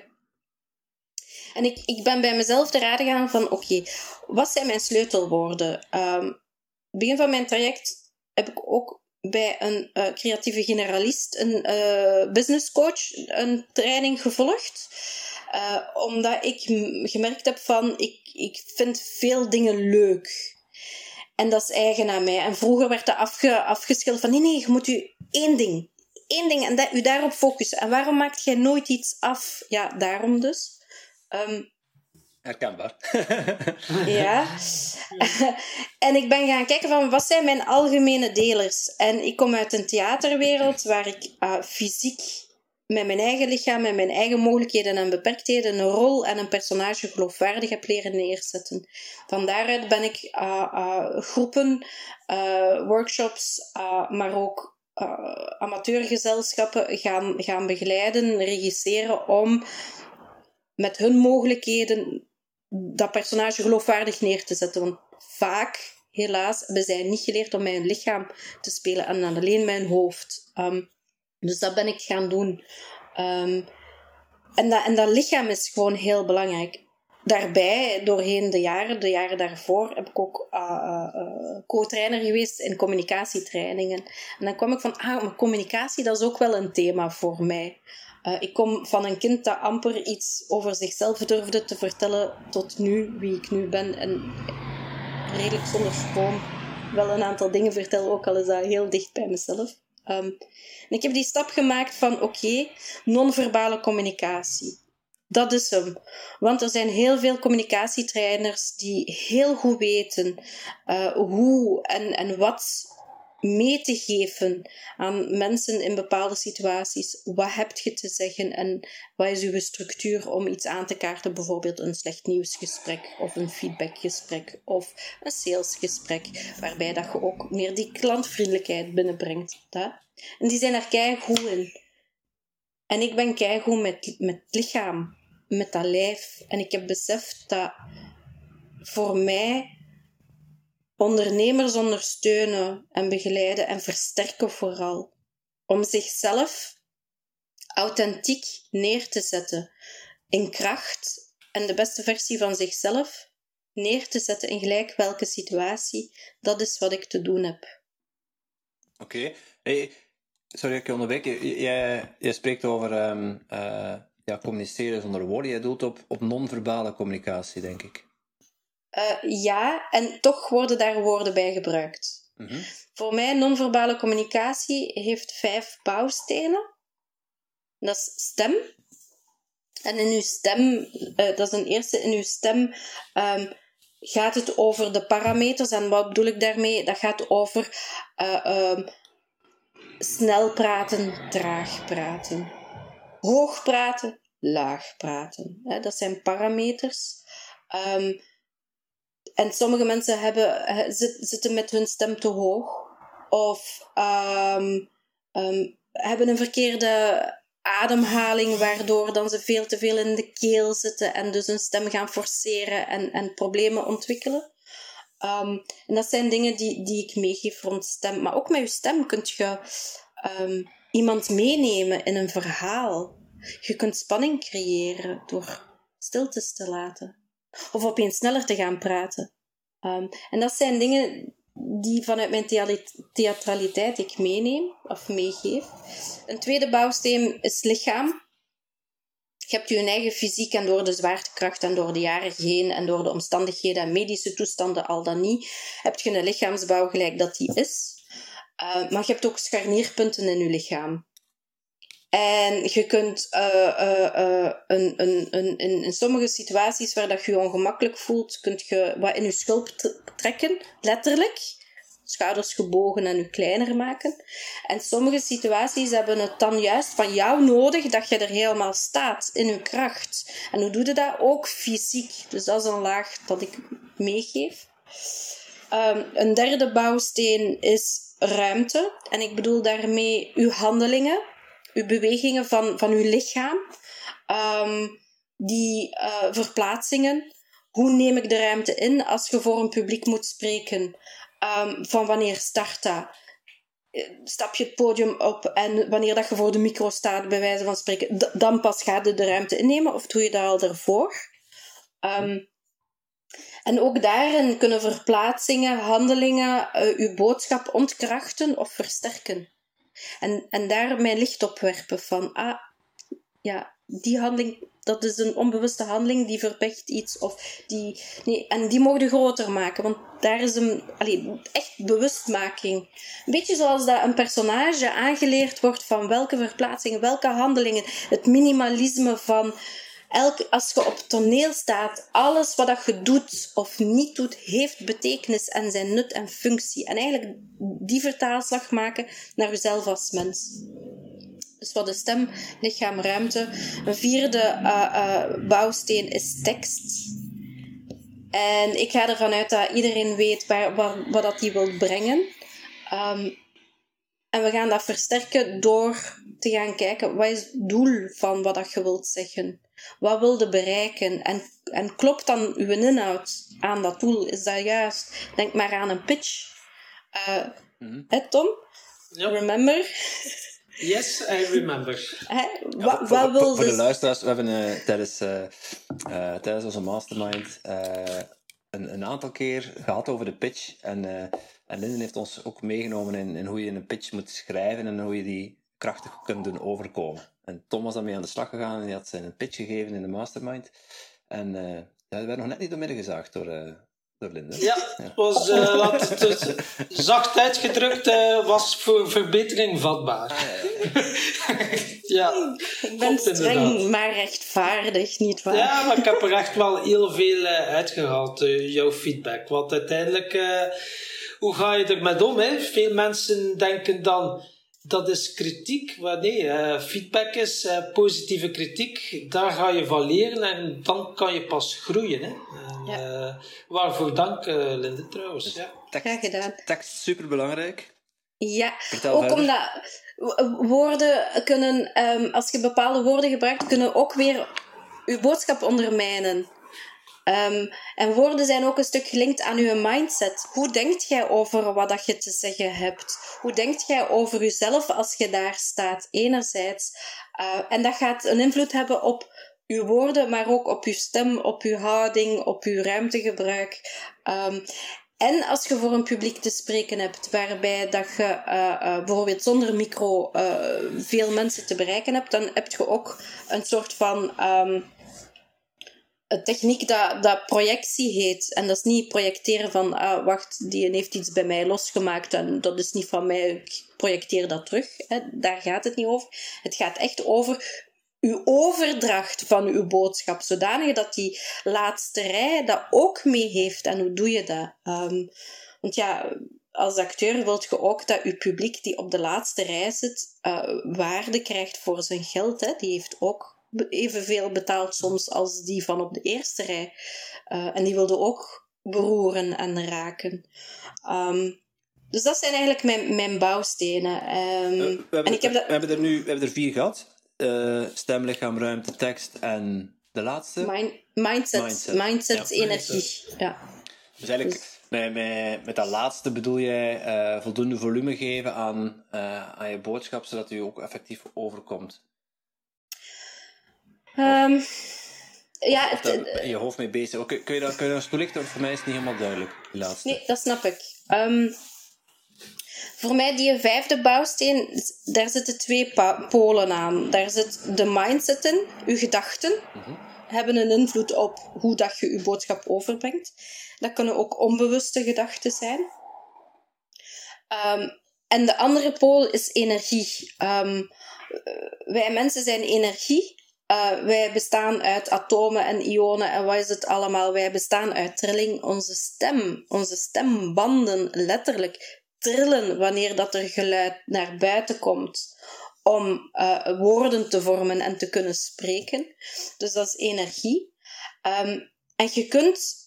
En ik, ik ben bij mezelf te raden gaan van, oké, okay, wat zijn mijn sleutelwoorden? Um, begin van mijn traject heb ik ook bij een uh, creatieve generalist, een uh, business coach, een training gevolgd. Uh, omdat ik gemerkt heb van, ik, ik vind veel dingen leuk. En dat is eigen aan mij. En vroeger werd dat afge, afgeschilderd van... Nee, nee, je moet je één ding. Één ding en dat, je daarop focussen. En waarom maakt jij nooit iets af? Ja, daarom dus. Um, Herkenbaar. Ja. En ik ben gaan kijken van... Wat zijn mijn algemene delers? En ik kom uit een theaterwereld... waar ik uh, fysiek... met mijn eigen lichaam, met mijn eigen mogelijkheden en beperktheden een rol en een personage geloofwaardig heb leren neerzetten. Van daaruit ben ik uh, uh, groepen, uh, workshops, uh, maar ook uh, amateurgezelschappen gaan, gaan begeleiden, regisseren om met hun mogelijkheden dat personage geloofwaardig neer te zetten. Want vaak, helaas, hebben zij niet geleerd om mijn lichaam te spelen en dan alleen mijn hoofd. Um, Dus dat ben ik gaan doen. Um, en, dat, en dat lichaam is gewoon heel belangrijk. Daarbij, doorheen de jaren, de jaren daarvoor, heb ik ook uh, uh, co-trainer geweest in communicatietrainingen. En dan kwam ik van, ah, maar communicatie, dat is ook wel een thema voor mij. Uh, ik kom van een kind dat amper iets over zichzelf durfde te vertellen, tot nu, wie ik nu ben. En redelijk zonder schroom wel een aantal dingen vertel, ook al is dat heel dicht bij mezelf. Um, en ik heb die stap gemaakt van, oké, okay, non-verbale communicatie. Dat is hem. Want er zijn heel veel communicatietrainers die heel goed weten uh, hoe en, en wat mee te geven aan mensen in bepaalde situaties. Wat heb je te zeggen en wat is uw structuur om iets aan te kaarten? Bijvoorbeeld een slecht nieuwsgesprek of een feedbackgesprek of een salesgesprek, waarbij dat je ook meer die klantvriendelijkheid binnenbrengt. Dat. En die zijn er keigoed in. En ik ben keigoed met, met het lichaam, met dat lijf. En ik heb beseft dat voor mij ondernemers ondersteunen en begeleiden en versterken vooral. Om zichzelf authentiek neer te zetten in kracht en de beste versie van zichzelf neer te zetten in gelijk welke situatie. Dat is wat ik te doen heb. Oké. Okay. Hey, sorry, ik onderbreek. Jij, jij spreekt over um, uh, ja, communiceren zonder woorden. Jij doelt op, op non-verbale communicatie, denk ik. Uh, ja, en toch worden daar woorden bij gebruikt. Mm-hmm. Voor mij, non-verbale communicatie heeft vijf bouwstenen. Dat is stem. En in uw stem, uh, dat is een eerste, in uw stem um, gaat het over de parameters. En wat bedoel ik daarmee? Dat gaat over uh, um, snel praten, traag praten. Hoog praten, laag praten. Hè? Dat zijn parameters. Um, En sommige mensen hebben, zitten met hun stem te hoog. Of um, um, hebben een verkeerde ademhaling, waardoor dan ze veel te veel in de keel zitten en dus hun stem gaan forceren en, en problemen ontwikkelen. Um, en dat zijn dingen die, die ik meegeef rond stem. Maar ook met je stem kun je um, iemand meenemen in een verhaal. Je kunt spanning creëren door stiltes te laten. Of opeens sneller te gaan praten. Um, en dat zijn dingen die vanuit mijn thea- theatraliteit ik meeneem of meegeef. Een tweede bouwsteen is lichaam. Je hebt je eigen fysiek en door de zwaartekracht en door de jaren heen en door de omstandigheden en medische toestanden, al dan niet, heb je een lichaamsbouw gelijk dat die is. Uh, maar je hebt ook scharnierpunten in je lichaam. En je kunt uh, uh, uh, een, een, een, in, in sommige situaties waar dat je je ongemakkelijk voelt, kun je wat in je schulp t- trekken, letterlijk. Schouders gebogen en je kleiner maken. En sommige situaties hebben het dan juist van jou nodig dat je er helemaal staat, in je kracht. En hoe doe je dat? Ook fysiek. Dus dat is een laag dat ik meegeef. Um, een derde bouwsteen is ruimte. En ik bedoel daarmee uw handelingen, uw bewegingen van, van uw lichaam. Um, die uh, verplaatsingen. Hoe neem ik de ruimte in als je voor een publiek moet spreken? Um, van wanneer start dat? Stap je het podium op en wanneer dat je voor de micro staat, bij wijze van spreken, d- dan pas ga je de ruimte innemen, of doe je dat al ervoor? Um, en ook daarin kunnen verplaatsingen, handelingen, uh, uw boodschap ontkrachten of versterken. En, en daar mijn licht op werpen van, ah, ja, die handeling, dat is een onbewuste handeling, die verpest iets, of die, nee, en die mogen groter maken, want daar is een, allee, echt bewustmaking. Een beetje zoals dat een personage aangeleerd wordt van welke verplaatsingen, welke handelingen, het minimalisme van, elk, als je op toneel staat, alles wat dat je doet of niet doet, heeft betekenis en zijn nut en functie. En eigenlijk die vertaalslag maken naar jezelf als mens. Dus wat de stem, lichaam, ruimte. Een vierde uh, uh, bouwsteen is tekst. En ik ga ervan uit dat iedereen weet waar, waar, wat dat die wil brengen. Um, en we gaan dat versterken door te gaan kijken, wat is het doel van wat dat je wilt zeggen? Wat wil je bereiken? En, en klopt dan uw inhoud aan dat doel? Is dat juist? Denk maar aan een pitch. Uh, mm-hmm. Hè, Tom? Ja. Remember? Yes, I remember. Hè? Ja, Wa- voor, wat voor, wil voor, voor de dus... luisteraars, we hebben uh, tijdens, uh, uh, tijdens onze mastermind uh, een, een aantal keer gehad over de pitch. En, uh, en Linden heeft ons ook meegenomen in, in hoe je een pitch moet schrijven en hoe je die krachtig kunt doen overkomen. En Tom was daarmee aan de slag gegaan en die had zijn pitch gegeven in de mastermind. En uh, ja, we werden nog net niet doormidden gezaagd door... Uh, Door Linde. Ja, het was, uh, laat het, het, zacht uitgedrukt, uh, was voor verbetering vatbaar. Ja, ik ben streng, inderdaad. Maar rechtvaardig, niet waar? Ja, maar ik heb er echt wel heel veel uh, uitgehaald, uh, jouw feedback. Want uiteindelijk, uh, hoe ga je er met om? Hè? Veel mensen denken dan, dat is kritiek. Maar nee, uh, feedback is uh, positieve kritiek. Daar ga je van leren en dan kan je pas groeien. Hè? En, ja. uh, waarvoor dank, uh, Linde, trouwens. Dus ja. tekst, Graag gedaan. Tekst, superbelangrijk. Ja, Vertel ook verder. omdat woorden kunnen, um, als je bepaalde woorden gebruikt, kunnen ook weer je boodschap ondermijnen. Um, en woorden zijn ook een stuk gelinkt aan je mindset. Hoe denkt jij over wat dat je te zeggen hebt? Hoe denkt jij over jezelf als je daar staat, enerzijds? Uh, en dat gaat een invloed hebben op je woorden, maar ook op je stem, op je houding, op je ruimtegebruik. Um, en als je voor een publiek te spreken hebt, waarbij dat je uh, uh, bijvoorbeeld zonder micro uh, veel mensen te bereiken hebt, dan heb je ook een soort van... Um, een techniek dat, dat projectie heet. En dat is niet projecteren van, ah, wacht, die heeft iets bij mij losgemaakt en dat is niet van mij, ik projecteer dat terug. Hè. Daar gaat het niet over. Het gaat echt over uw overdracht van uw boodschap, zodanig dat die laatste rij dat ook mee heeft. En hoe doe je dat? Um, want ja, als acteur wilt je ook dat je publiek die op de laatste rij zit, uh, waarde krijgt voor zijn geld. Hè. Die heeft ook evenveel betaald soms als die van op de eerste rij. Uh, en die wilde ook beroeren en raken. Um, dus dat zijn eigenlijk mijn, mijn bouwstenen. Um, uh, we, hebben, en ik heb dat... we hebben er nu we hebben er vier gehad. uh, stem, lichaam, ruimte, tekst en de laatste? Mind, mindset. Mindset, mindset ja. energie. Ja. Dus eigenlijk, dus... Met, met, met dat laatste bedoel jij uh, voldoende volume geven aan, uh, aan je boodschap, zodat u ook effectief overkomt? Um, of, ja, of daar in je hoofd mee bezig. Kun, kun je dat, kun je dat eens toelichten? Voor mij is het niet helemaal duidelijk, die laatste. Nee, dat snap ik. Um, voor mij, die vijfde bouwsteen, daar zitten twee pa- polen aan. Daar zit de mindset in, uw gedachten. Mm-hmm. Hebben een invloed op hoe dat je je boodschap overbrengt. Dat kunnen ook onbewuste gedachten zijn. Um, en de andere pool is energie. Um, wij mensen zijn energie. Uh, wij bestaan uit atomen en ionen en wat is het allemaal? Wij bestaan uit trilling. Onze stem, onze stembanden letterlijk trillen wanneer dat er geluid naar buiten komt om uh, woorden te vormen en te kunnen spreken. Dus dat is energie. Um, en je kunt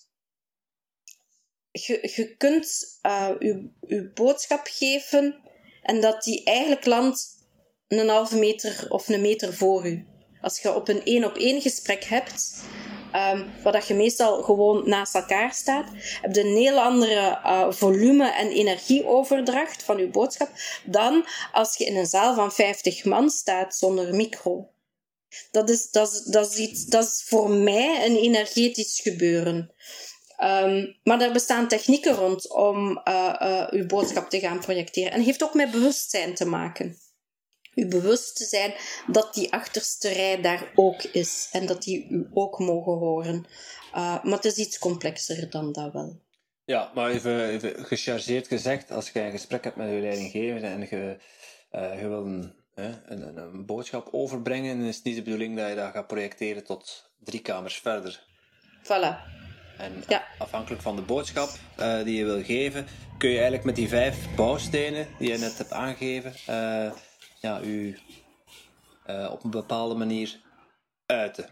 je, je kunt uh, je, je boodschap geven en dat die eigenlijk landt een halve meter of een meter voor u. Als je op een één-op-één gesprek hebt, um, waar dat je meestal gewoon naast elkaar staat, heb je een heel andere uh, volume en energieoverdracht van je boodschap dan als je in een zaal van vijftig man staat zonder micro. Dat is, dat is, dat is, iets, dat is voor mij een energetisch gebeuren. Um, maar er bestaan technieken rond om uh, uh, uw boodschap te gaan projecteren. En heeft ook met bewustzijn te maken. U bewust te zijn dat die achterste rij daar ook is. En dat die u ook mogen horen. Uh, maar het is iets complexer dan dat wel. Ja, maar even, even gechargeerd gezegd, als je een gesprek hebt met je leidinggevende en je, uh, je wil een, uh, een, een boodschap overbrengen, dan is het niet de bedoeling dat je dat gaat projecteren tot drie kamers verder. Voilà. En ja. afhankelijk van de boodschap uh, die je wil geven, kun je eigenlijk met die vijf bouwstenen die je net hebt aangegeven, uh, ja, u uh, op een bepaalde manier uiten.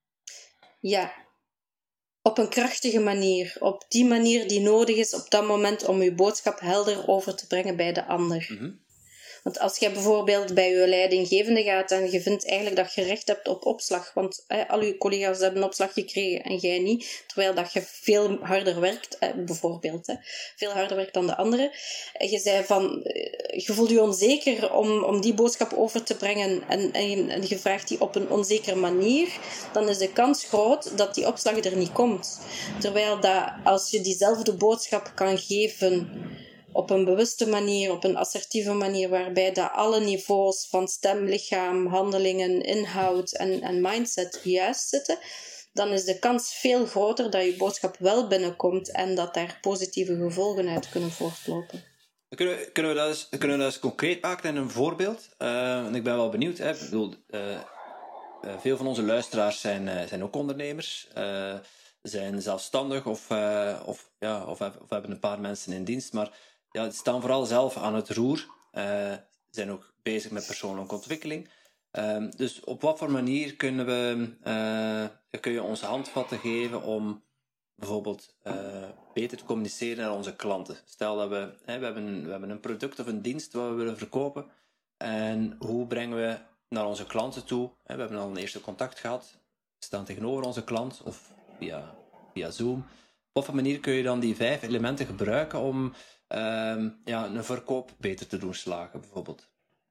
Ja, op een krachtige manier. Op die manier die nodig is op dat moment om uw boodschap helder over te brengen bij de ander. Mm-hmm. Want als jij bijvoorbeeld bij je leidinggevende gaat en je vindt eigenlijk dat je recht hebt op opslag, want eh, al je collega's hebben opslag gekregen en jij niet, terwijl dat je veel harder werkt, eh, bijvoorbeeld, eh, veel harder werkt dan de anderen. En je zei van, eh, je voelt je onzeker om, om die boodschap over te brengen en, en, en je vraagt die op een onzekere manier, dan is de kans groot dat die opslag er niet komt. Terwijl dat als je diezelfde boodschap kan geven op een bewuste manier, op een assertieve manier, waarbij dat alle niveaus van stem, lichaam, handelingen, inhoud en, en mindset juist zitten, dan is de kans veel groter dat je boodschap wel binnenkomt en dat daar positieve gevolgen uit kunnen voortlopen. Kunnen we, kunnen we, dat, eens, kunnen we dat eens concreet maken in een voorbeeld? Uh, ik ben wel benieuwd. Hè? Ik bedoel, uh, uh, veel van onze luisteraars zijn, uh, zijn ook ondernemers. Uh, zijn zelfstandig of, uh, of, ja, of, of hebben een paar mensen in dienst, maar ja, die staan vooral zelf aan het roer. Uh, zijn ook bezig met persoonlijke ontwikkeling. Uh, dus op wat voor manier kunnen we, uh, kun je ons handvatten geven om bijvoorbeeld uh, beter te communiceren naar onze klanten? Stel dat we, hè, we, hebben, we hebben een product of een dienst wat we willen verkopen. En hoe brengen we naar onze klanten toe? Hè, we hebben al een eerste contact gehad. We staan tegenover onze klant of via, via Zoom. Op wat voor manier kun je dan die vijf elementen gebruiken om Um, ja, een verkoop beter te doen slagen, bijvoorbeeld?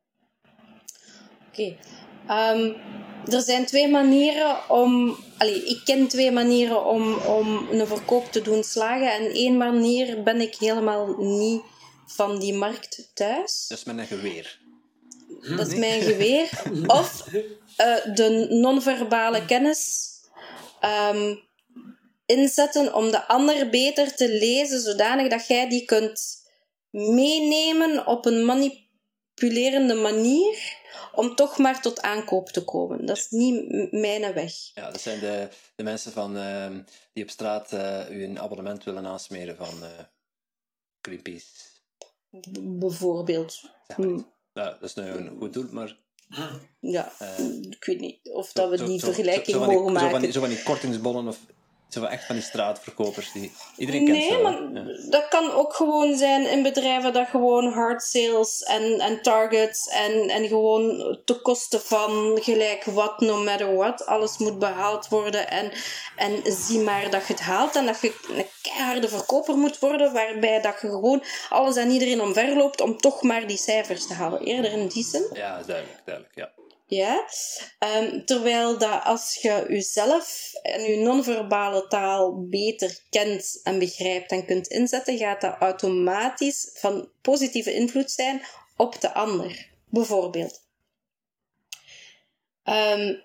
Oké. Okay. Um, er zijn twee manieren om... Allee, ik ken twee manieren om, om een verkoop te doen slagen. En één manier ben ik helemaal niet van die markt thuis. Dat is met een geweer. Dat is mijn geweer. Of uh, de non-verbale kennis um, inzetten om de ander beter te lezen, zodanig dat jij die kunt meenemen op een manipulerende manier, om toch maar tot aankoop te komen. Dat is niet m- mijn weg. Ja, dat zijn de, de mensen van, uh, die op straat uh, u een abonnement willen aansmeren van uh, Greenpeace. B- bijvoorbeeld. Hm. Ja, dat is nou een goed doel, maar... Ja, uh, ik weet niet of zo, dat we zo, die zo, vergelijking zo, zo mogen die, maken. Zo van, die, zo van die kortingsbonnen of Zo van echt van die straatverkopers die iedereen kent. Nee, zo, maar ja. dat kan ook gewoon zijn in bedrijven dat gewoon hard sales en, en targets en, en gewoon ten koste van gelijk wat, no matter what, alles moet behaald worden en, en zie maar dat je het haalt en dat je een keiharde verkoper moet worden waarbij dat je gewoon alles en iedereen omverloopt om toch maar die cijfers te halen. Eerder in die zin. Ja, duidelijk, duidelijk, ja. Ja, um, terwijl dat als je jezelf en je non-verbale taal beter kent en begrijpt en kunt inzetten, gaat dat automatisch van positieve invloed zijn op de ander. Bijvoorbeeld. Um,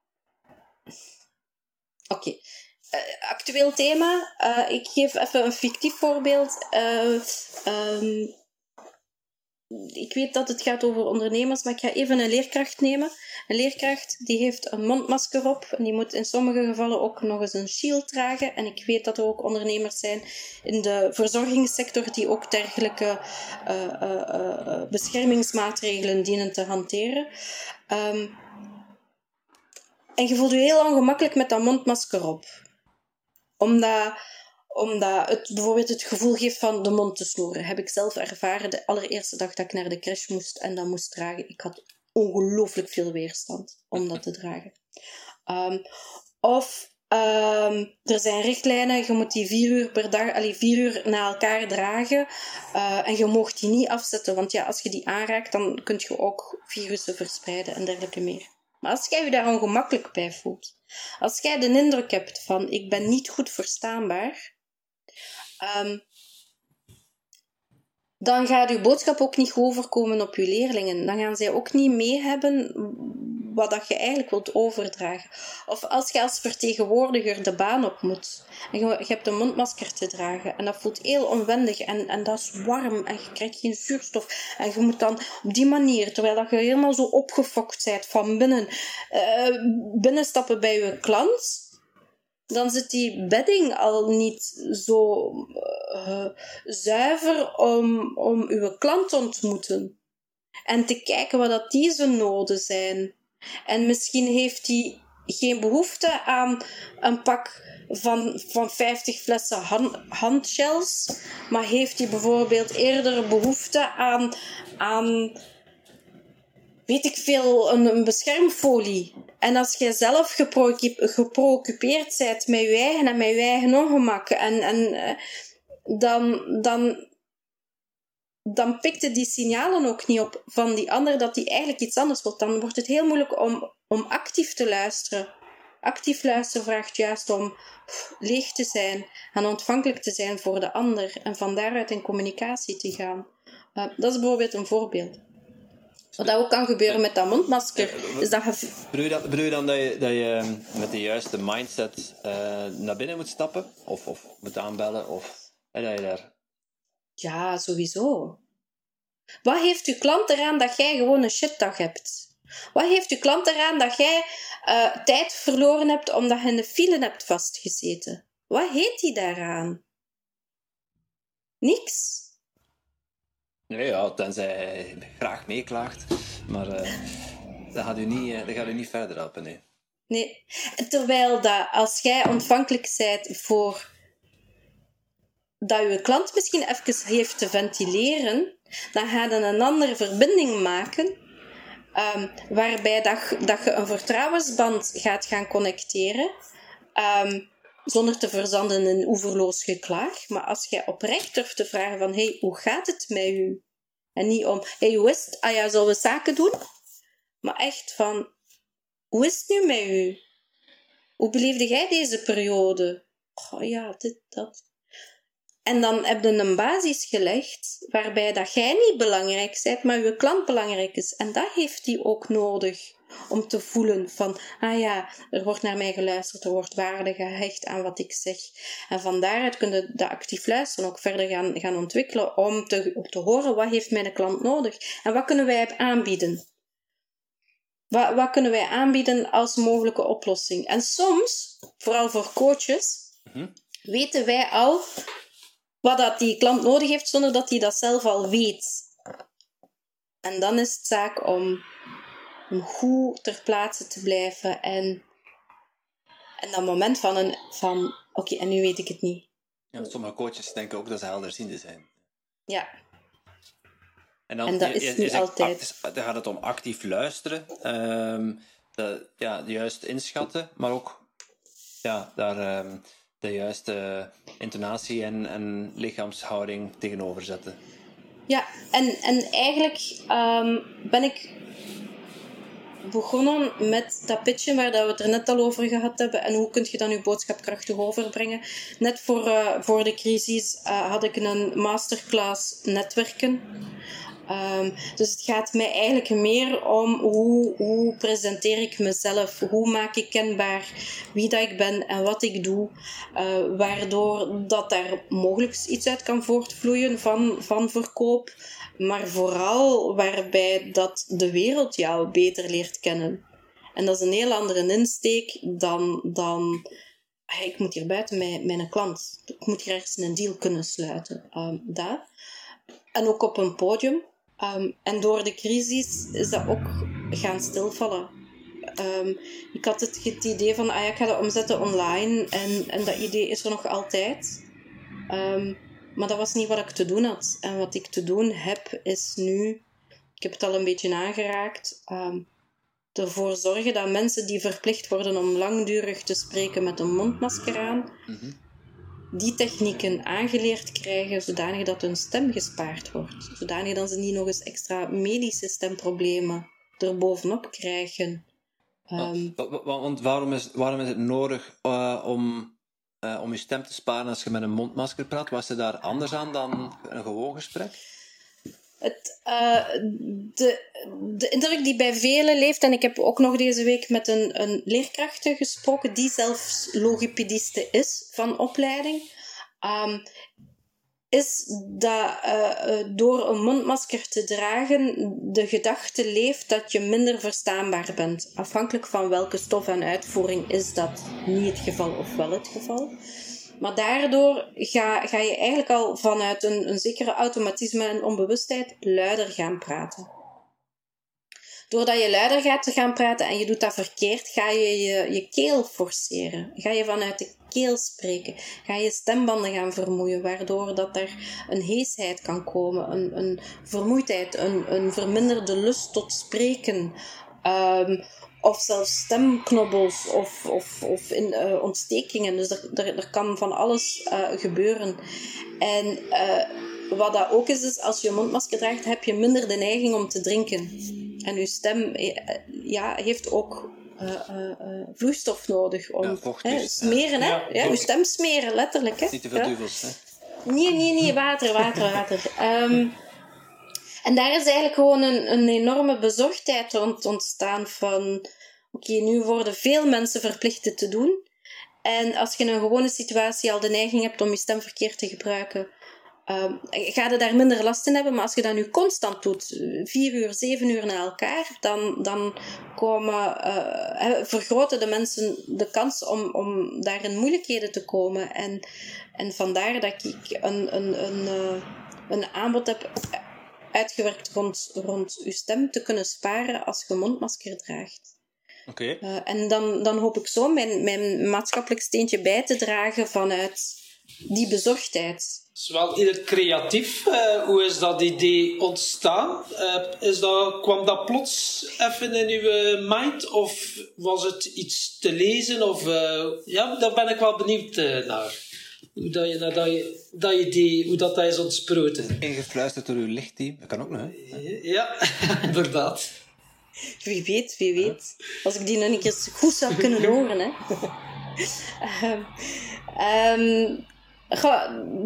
Oké. Okay. Uh, actueel thema. Uh, ik geef even een fictief voorbeeld. Uh, um, Ik weet dat het gaat over ondernemers, maar ik ga even een leerkracht nemen. Een leerkracht die heeft een mondmasker op en die moet in sommige gevallen ook nog eens een shield dragen. En ik weet dat er ook ondernemers zijn in de verzorgingssector die ook dergelijke uh, uh, uh, beschermingsmaatregelen dienen te hanteren. Um, en je voelt je heel ongemakkelijk met dat mondmasker op. Omdat... Omdat het bijvoorbeeld het gevoel geeft van de mond te snoeren. Heb ik zelf ervaren de allereerste dag dat ik naar de crash moest en dat moest dragen. Ik had ongelooflijk veel weerstand om dat te dragen. Um, of um, er zijn richtlijnen, je moet die vier uur per dag, allee, vier uur na elkaar dragen. Uh, en je mag die niet afzetten, want ja, als je die aanraakt, dan kun je ook virussen verspreiden en dergelijke meer. Maar als jij je daar ongemakkelijk bij voelt, als jij de indruk hebt van ik ben niet goed verstaanbaar, Um, dan gaat uw boodschap ook niet goed overkomen op uw leerlingen. Dan gaan zij ook niet mee hebben wat dat je eigenlijk wilt overdragen. Of als je als vertegenwoordiger de baan op moet en je, je hebt een mondmasker te dragen en dat voelt heel onwendig en, en dat is warm en je krijgt geen zuurstof en je moet dan op die manier, terwijl dat je helemaal zo opgefokt bent van binnen, uh, binnenstappen bij je klant, dan zit die bedding al niet zo uh, zuiver om, om uw klant te ontmoeten. En te kijken wat dat die zijn noden zijn. En misschien heeft hij geen behoefte aan een pak van, van vijftig flessen hand, handgels, maar heeft hij bijvoorbeeld eerder behoefte aan, aan weet ik veel, een, een beschermfolie. En als jij zelf gepreoccupeerd bent met je eigen en met je eigen ongemak, en, en, uh, dan, dan, dan pikt het die signalen ook niet op van die ander dat die eigenlijk iets anders wil. Dan wordt het heel moeilijk om, om actief te luisteren. Actief luisteren vraagt juist om pff, leeg te zijn en ontvankelijk te zijn voor de ander en van daaruit in communicatie te gaan. Uh, dat is bijvoorbeeld een voorbeeld. Wat dat ook kan gebeuren met dat mondmasker. Is dat je... bedoel, je dan, bedoel je dan dat je, dat je met de juiste mindset uh, naar binnen moet stappen? Of, of moet aanbellen? Of hè, dat je daar... Ja, sowieso. Wat heeft uw klant eraan dat jij gewoon een shitdag hebt? Wat heeft uw klant eraan dat jij uh, tijd verloren hebt omdat je in de file hebt vastgezeten? Wat heet die daaraan? Niks. Nee, ja, tenzij hij graag meeklaagt. Maar uh, dat, gaat u niet, uh, dat gaat u niet verder helpen, nee. Nee. Terwijl dat als jij ontvankelijk bent voor dat je klant misschien even heeft te ventileren, dan ga je een andere verbinding maken, um, waarbij dat, dat je een vertrouwensband gaat gaan connecteren, um, zonder te verzanden in oeverloos geklaag. Maar als jij oprecht durft te vragen van, hey, hoe gaat het met u? En niet om, hey, hoe is het? Ah ja, zullen we zaken doen? Maar echt van, hoe is het nu met u? Hoe beleefde jij deze periode? Oh ja, dit, dat. En dan heb je een basis gelegd waarbij dat jij niet belangrijk bent, maar je klant belangrijk is. En dat heeft hij ook nodig om te voelen van, ah ja, er wordt naar mij geluisterd, er wordt waarde gehecht aan wat ik zeg. En van daaruit kun je dat actief luisteren ook verder gaan, gaan ontwikkelen om te, om te horen wat heeft mijn klant nodig en wat kunnen wij aanbieden. Wat, wat kunnen wij aanbieden als mogelijke oplossing? En soms, vooral voor coaches, mm-hmm. weten wij al wat dat die klant nodig heeft, zonder dat hij dat zelf al weet. En dan is het zaak om, om goed ter plaatse te blijven en, en dat moment van, een, van oké, en nu weet ik het niet. Ja, sommige coaches denken ook dat ze helderziende zijn. Ja. En, dan, En dat is, is, niet is altijd. Actief, dan gaat het om actief luisteren, um, de, ja, de juiste inschatten, maar ook ja, daar um, de juiste intonatie en, en lichaamshouding tegenover zetten. Ja, en, en eigenlijk um, ben ik begonnen met dat pitchen waar dat we het er net al over gehad hebben en hoe kun je dan je boodschap krachtig overbrengen. Net voor, uh, voor de crisis uh, had ik een masterclass netwerken. Um, dus het gaat mij eigenlijk meer om hoe, hoe presenteer ik mezelf, hoe maak ik kenbaar wie dat ik ben en wat ik doe, uh, waardoor dat daar mogelijk iets uit kan voortvloeien van, van verkoop, maar vooral waarbij dat de wereld jou beter leert kennen. En dat is een heel andere insteek dan, dan hey, ik moet hier buiten met mijn klant, ik moet hier ergens een deal kunnen sluiten. Um, dat. En ook op een podium. Um, en door de crisis is dat ook gaan stilvallen. Um, ik had het, het idee van, ah ja, ik ga dat omzetten online. En, en dat idee is er nog altijd. Um, maar dat was niet wat ik te doen had. En wat ik te doen heb, is nu... Ik heb het al een beetje aangeraakt. Um, ervoor zorgen dat mensen die verplicht worden om langdurig te spreken met een mondmasker aan... Mm-hmm. die technieken aangeleerd krijgen, zodanig dat hun stem gespaard wordt. Zodanig dat ze niet nog eens extra medische stemproblemen erbovenop krijgen. Um, want, want waarom is, waarom is het nodig uh, om, uh, om je stem te sparen als je met een mondmasker praat? Was je daar anders aan dan een gewoon gesprek? Het, uh, de, de indruk die bij velen leeft, en ik heb ook nog deze week met een, een leerkracht gesproken, die zelfs logopediste is van opleiding, um, is dat uh, door een mondmasker te dragen de gedachte leeft dat je minder verstaanbaar bent. Afhankelijk van welke stof en uitvoering is dat niet het geval of wel het geval. Maar daardoor ga, ga je eigenlijk al vanuit een, een zekere automatisme en onbewustheid luider gaan praten. Doordat je luider gaat gaan praten en je doet dat verkeerd, ga je je, je keel forceren. Ga je vanuit de keel spreken. Ga je stembanden gaan vermoeien, waardoor dat er een heesheid kan komen, een, een vermoeidheid, een, een verminderde lust tot spreken. Um, Of zelfs stemknobbels of, of, of in, uh, ontstekingen. Dus er, er, er kan van alles uh, gebeuren. En uh, wat dat ook is, is, als je een mondmasker draagt, heb je minder de neiging om te drinken. En je stem uh, ja, heeft ook uh, uh, uh, vloeistof nodig om ja, vocht, dus, hè, smeren. Hè? Ja, ja, je stem smeren, letterlijk. Hè? Niet te veel ja. duvels, hè? Nee, nee, nee, water, water, water. Um, En daar is eigenlijk gewoon een, een enorme bezorgdheid rond ontstaan van... Oké, okay, nu worden veel mensen verplicht dit te doen. En als je in een gewone situatie al de neiging hebt om je stem verkeerd te gebruiken... Um, ga je daar minder last in hebben. Maar als je dat nu constant doet, vier uur, zeven uur na elkaar... Dan, dan komen, uh, vergroten de mensen de kans om, om daar in moeilijkheden te komen. En, en vandaar dat ik een, een, een, uh, een aanbod heb... uitgewerkt rond, rond je stem te kunnen sparen als je mondmasker draagt. Oké. Okay. Uh, en dan, dan hoop ik zo mijn, mijn maatschappelijk steentje bij te dragen vanuit die bezorgdheid. Het is wel heel creatief. Uh, hoe is dat idee ontstaan? Uh, is dat, kwam dat plots even in uw mind? Of was het iets te lezen? Of, uh, ja, daar ben ik wel benieuwd uh, naar. Hoe dat je, dat je, dat je die, hoe dat, dat is ontsproten. Ingefluisterd door uw lichtteam. Dat kan ook nog, hè? Ja, inderdaad. Wie weet, wie weet. Als ik die nog een keer goed zou kunnen horen, hè. um, um, goh,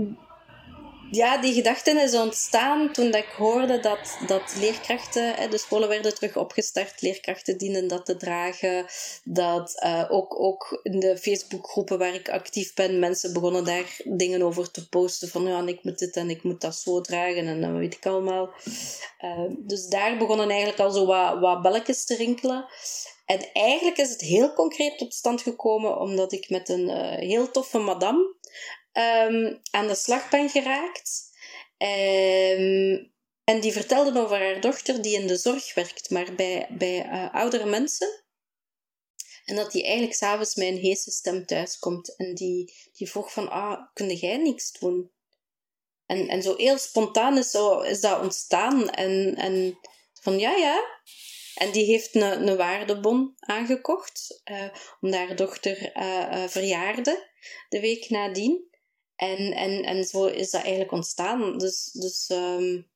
ja, die gedachte is ontstaan toen dat ik hoorde dat, dat leerkrachten, de scholen werden terug opgestart, leerkrachten dienen dat te dragen, dat uh, ook, ook in de Facebookgroepen waar ik actief ben, mensen begonnen daar dingen over te posten van ja, ik moet dit en ik moet dat zo dragen en dat weet ik allemaal. Uh, dus daar begonnen eigenlijk al zo wat, wat belletjes te rinkelen. En eigenlijk is het heel concreet tot stand gekomen omdat ik met een uh, heel toffe madame Um, aan de slag ben geraakt. Um, en die vertelde over haar dochter die in de zorg werkt, maar bij, bij uh, oudere mensen. En dat die eigenlijk s'avonds met een heese stem thuiskomt. En die, die vroeg van, ah, kun jij niks doen? En, en zo heel spontaan is, zo, is dat ontstaan. En, en van, ja, ja. En die heeft een, een waardebon aangekocht. Uh, omdat haar dochter uh, uh, verjaarde. De week nadien. En, en, en zo is dat eigenlijk ontstaan. Dus... dus um,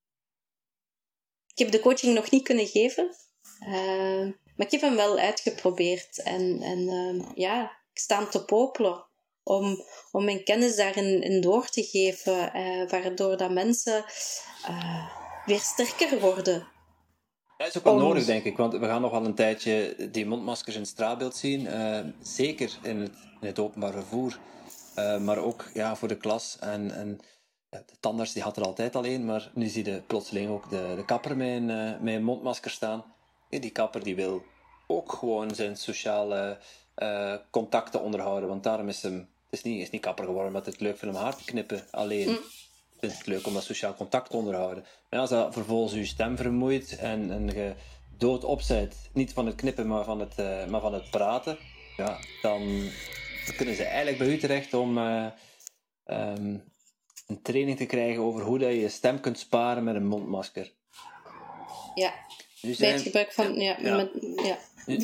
ik heb de coaching nog niet kunnen geven. Uh, maar ik heb hem wel uitgeprobeerd. En, en uh, ja, ik sta aan te popelen. Om, om mijn kennis daarin in door te geven. Uh, waardoor dat mensen uh, weer sterker worden. Dat is ook wel nodig, denk ik. Want we gaan nog wel een tijdje die mondmaskers in het straatbeeld zien. Uh, zeker in het, in het openbaar vervoer. Uh, maar ook ja, voor de klas. En, en de tandarts die had er altijd al een. Maar nu zie je plotseling ook de, de kapper met een, uh, met een mondmasker staan. Ja, die kapper die wil ook gewoon zijn sociale uh, contacten onderhouden. Want daarom is hem... Het is niet, is niet kapper geworden omdat het leuk vindt om haar te knippen alleen. Mm. Vindt het leuk om dat sociaal contact te onderhouden. Maar als dat vervolgens je stem vermoeit en, en je doodop bent, niet van het knippen, maar van het, uh, maar van het praten, ja, dan, dan kunnen ze eigenlijk bij u terecht om uh, um, een training te krijgen over hoe dat je je stem kunt sparen met een mondmasker. Ja, dus bij zijn, het gebruik van... Ja, ja. Met, ja.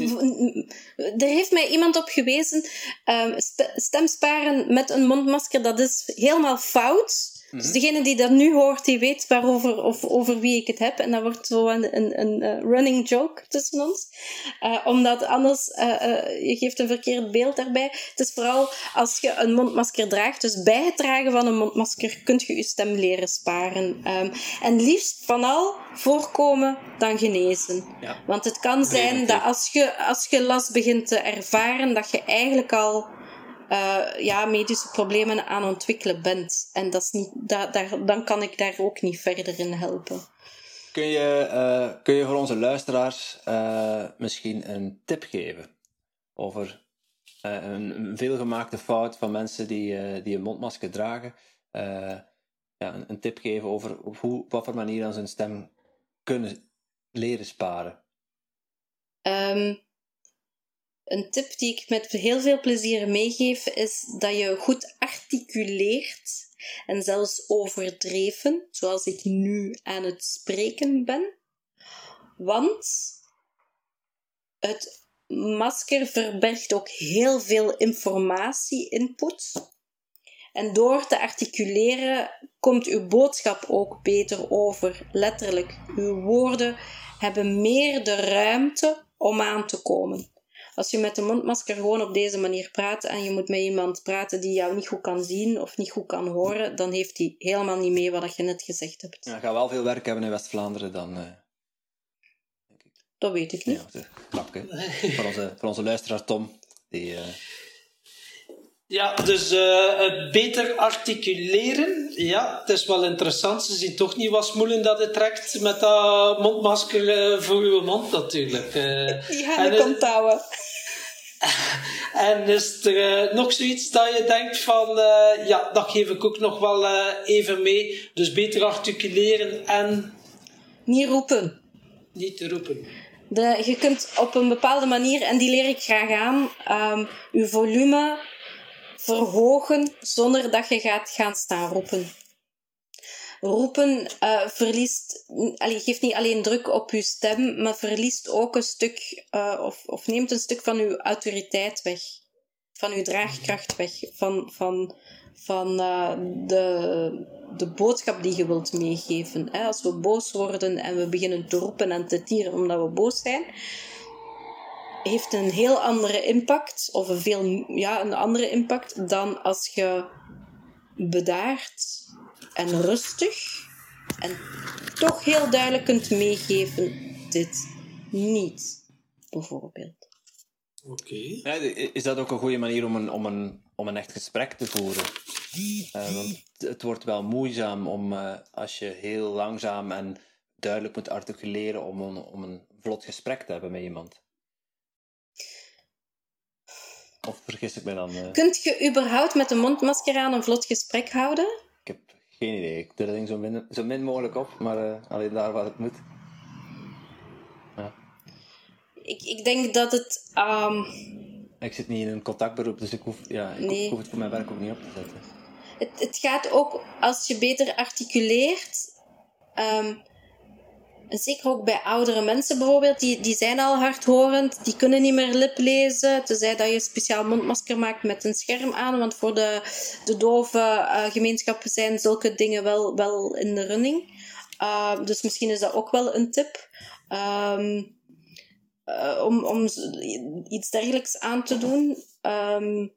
Er heeft mij iemand op gewezen, um, stem sparen met een mondmasker, dat is helemaal fout. Mm-hmm. Dus degene die dat nu hoort, die weet waarover of over wie ik het heb. En dat wordt zo een, een, een uh, running joke tussen ons. Uh, omdat anders, uh, uh, je geeft een verkeerd beeld daarbij. Het is vooral als je een mondmasker draagt. Dus bij het dragen van een mondmasker kun je je stem leren sparen. Um, en liefst van al voorkomen dan genezen. Ja. Want het kan zijn dat als je, als je last begint te ervaren, dat je eigenlijk al... Uh, ja, medische problemen aan ontwikkelen bent. En dat is niet, da, daar, dan kan ik daar ook niet verder in helpen. Kun je, uh, kun je voor onze luisteraars uh, misschien een tip geven over uh, een, een veelgemaakte fout van mensen die, uh, die een mondmasker dragen? Uh, ja, een, een tip geven over hoe, op wat voor manier aan zijn stem kunnen leren sparen? Um, Een tip die ik met heel veel plezier meegeef, is dat je goed articuleert en zelfs overdreven, zoals ik nu aan het spreken ben. Want het masker verbergt ook heel veel informatie-input. En door te articuleren komt uw boodschap ook beter over. Letterlijk, uw woorden hebben meer de ruimte om aan te komen. Als je met een mondmasker gewoon op deze manier praat en je moet met iemand praten die jou niet goed kan zien of niet goed kan horen, dan heeft hij helemaal niet mee wat je net gezegd hebt. Ja, ga wel veel werk hebben in West-Vlaanderen dan... Uh, denk ik. Dat weet ik niet. Ja, grapje. voor, onze, voor onze luisteraar Tom. Die, uh... Ja, dus uh, beter articuleren. Ja, het is wel interessant. Ze zien toch niet wat smoelen dat het trekt met dat mondmasker uh, voor uw mond natuurlijk. Uh, Die gaan de kont houden. En is er uh, nog zoiets dat je denkt van... Uh, ja, dat geef ik ook nog wel uh, even mee. Dus beter articuleren en... Niet roepen. Niet te roepen. De, je kunt op een bepaalde manier, en die leer ik graag aan, um, je volume verhogen zonder dat je gaat gaan staan roepen. Roepen uh, verliest, allee, geeft niet alleen druk op je stem, maar verliest ook een stuk, uh, of, of neemt een stuk van je autoriteit weg. Van je draagkracht weg. Van, van, van uh, de, de boodschap die je wilt meegeven. Hè? Als we boos worden en we beginnen te roepen en te tieren omdat we boos zijn, heeft een heel andere impact, of een veel ja, een andere impact dan als je bedaard en rustig en toch heel duidelijk kunt meegeven, dit niet, bijvoorbeeld. Oké. Okay. Ja, is dat ook een goede manier om een, om een, om een echt gesprek te voeren? Uh, want het wordt wel moeizaam om, uh, als je heel langzaam en duidelijk moet articuleren om een, om een vlot gesprek te hebben met iemand. Of vergis ik me dan? Uh... Kunt je überhaupt met een mondmasker aan een vlot gesprek houden? Ik heb geen idee. Ik doe dat ding zo min, zo min mogelijk op, maar uh, alleen daar waar het moet. Ja. ik, ik denk dat het... Um... Ik zit niet in een contactberoep, dus ik hoef, ja, ik, Nee. ik hoef het voor mijn werk ook niet op te zetten. Het, het gaat ook, als je beter articuleert... Um, zeker ook bij oudere mensen bijvoorbeeld, die, die zijn al hardhorend, die kunnen niet meer liplezen, tenzij dat je een speciaal mondmasker maakt met een scherm aan, want voor de, de dove uh, gemeenschappen zijn zulke dingen wel, wel in de running. Uh, dus misschien is dat ook wel een tip. Um, uh, om, om iets dergelijks aan te doen. Um,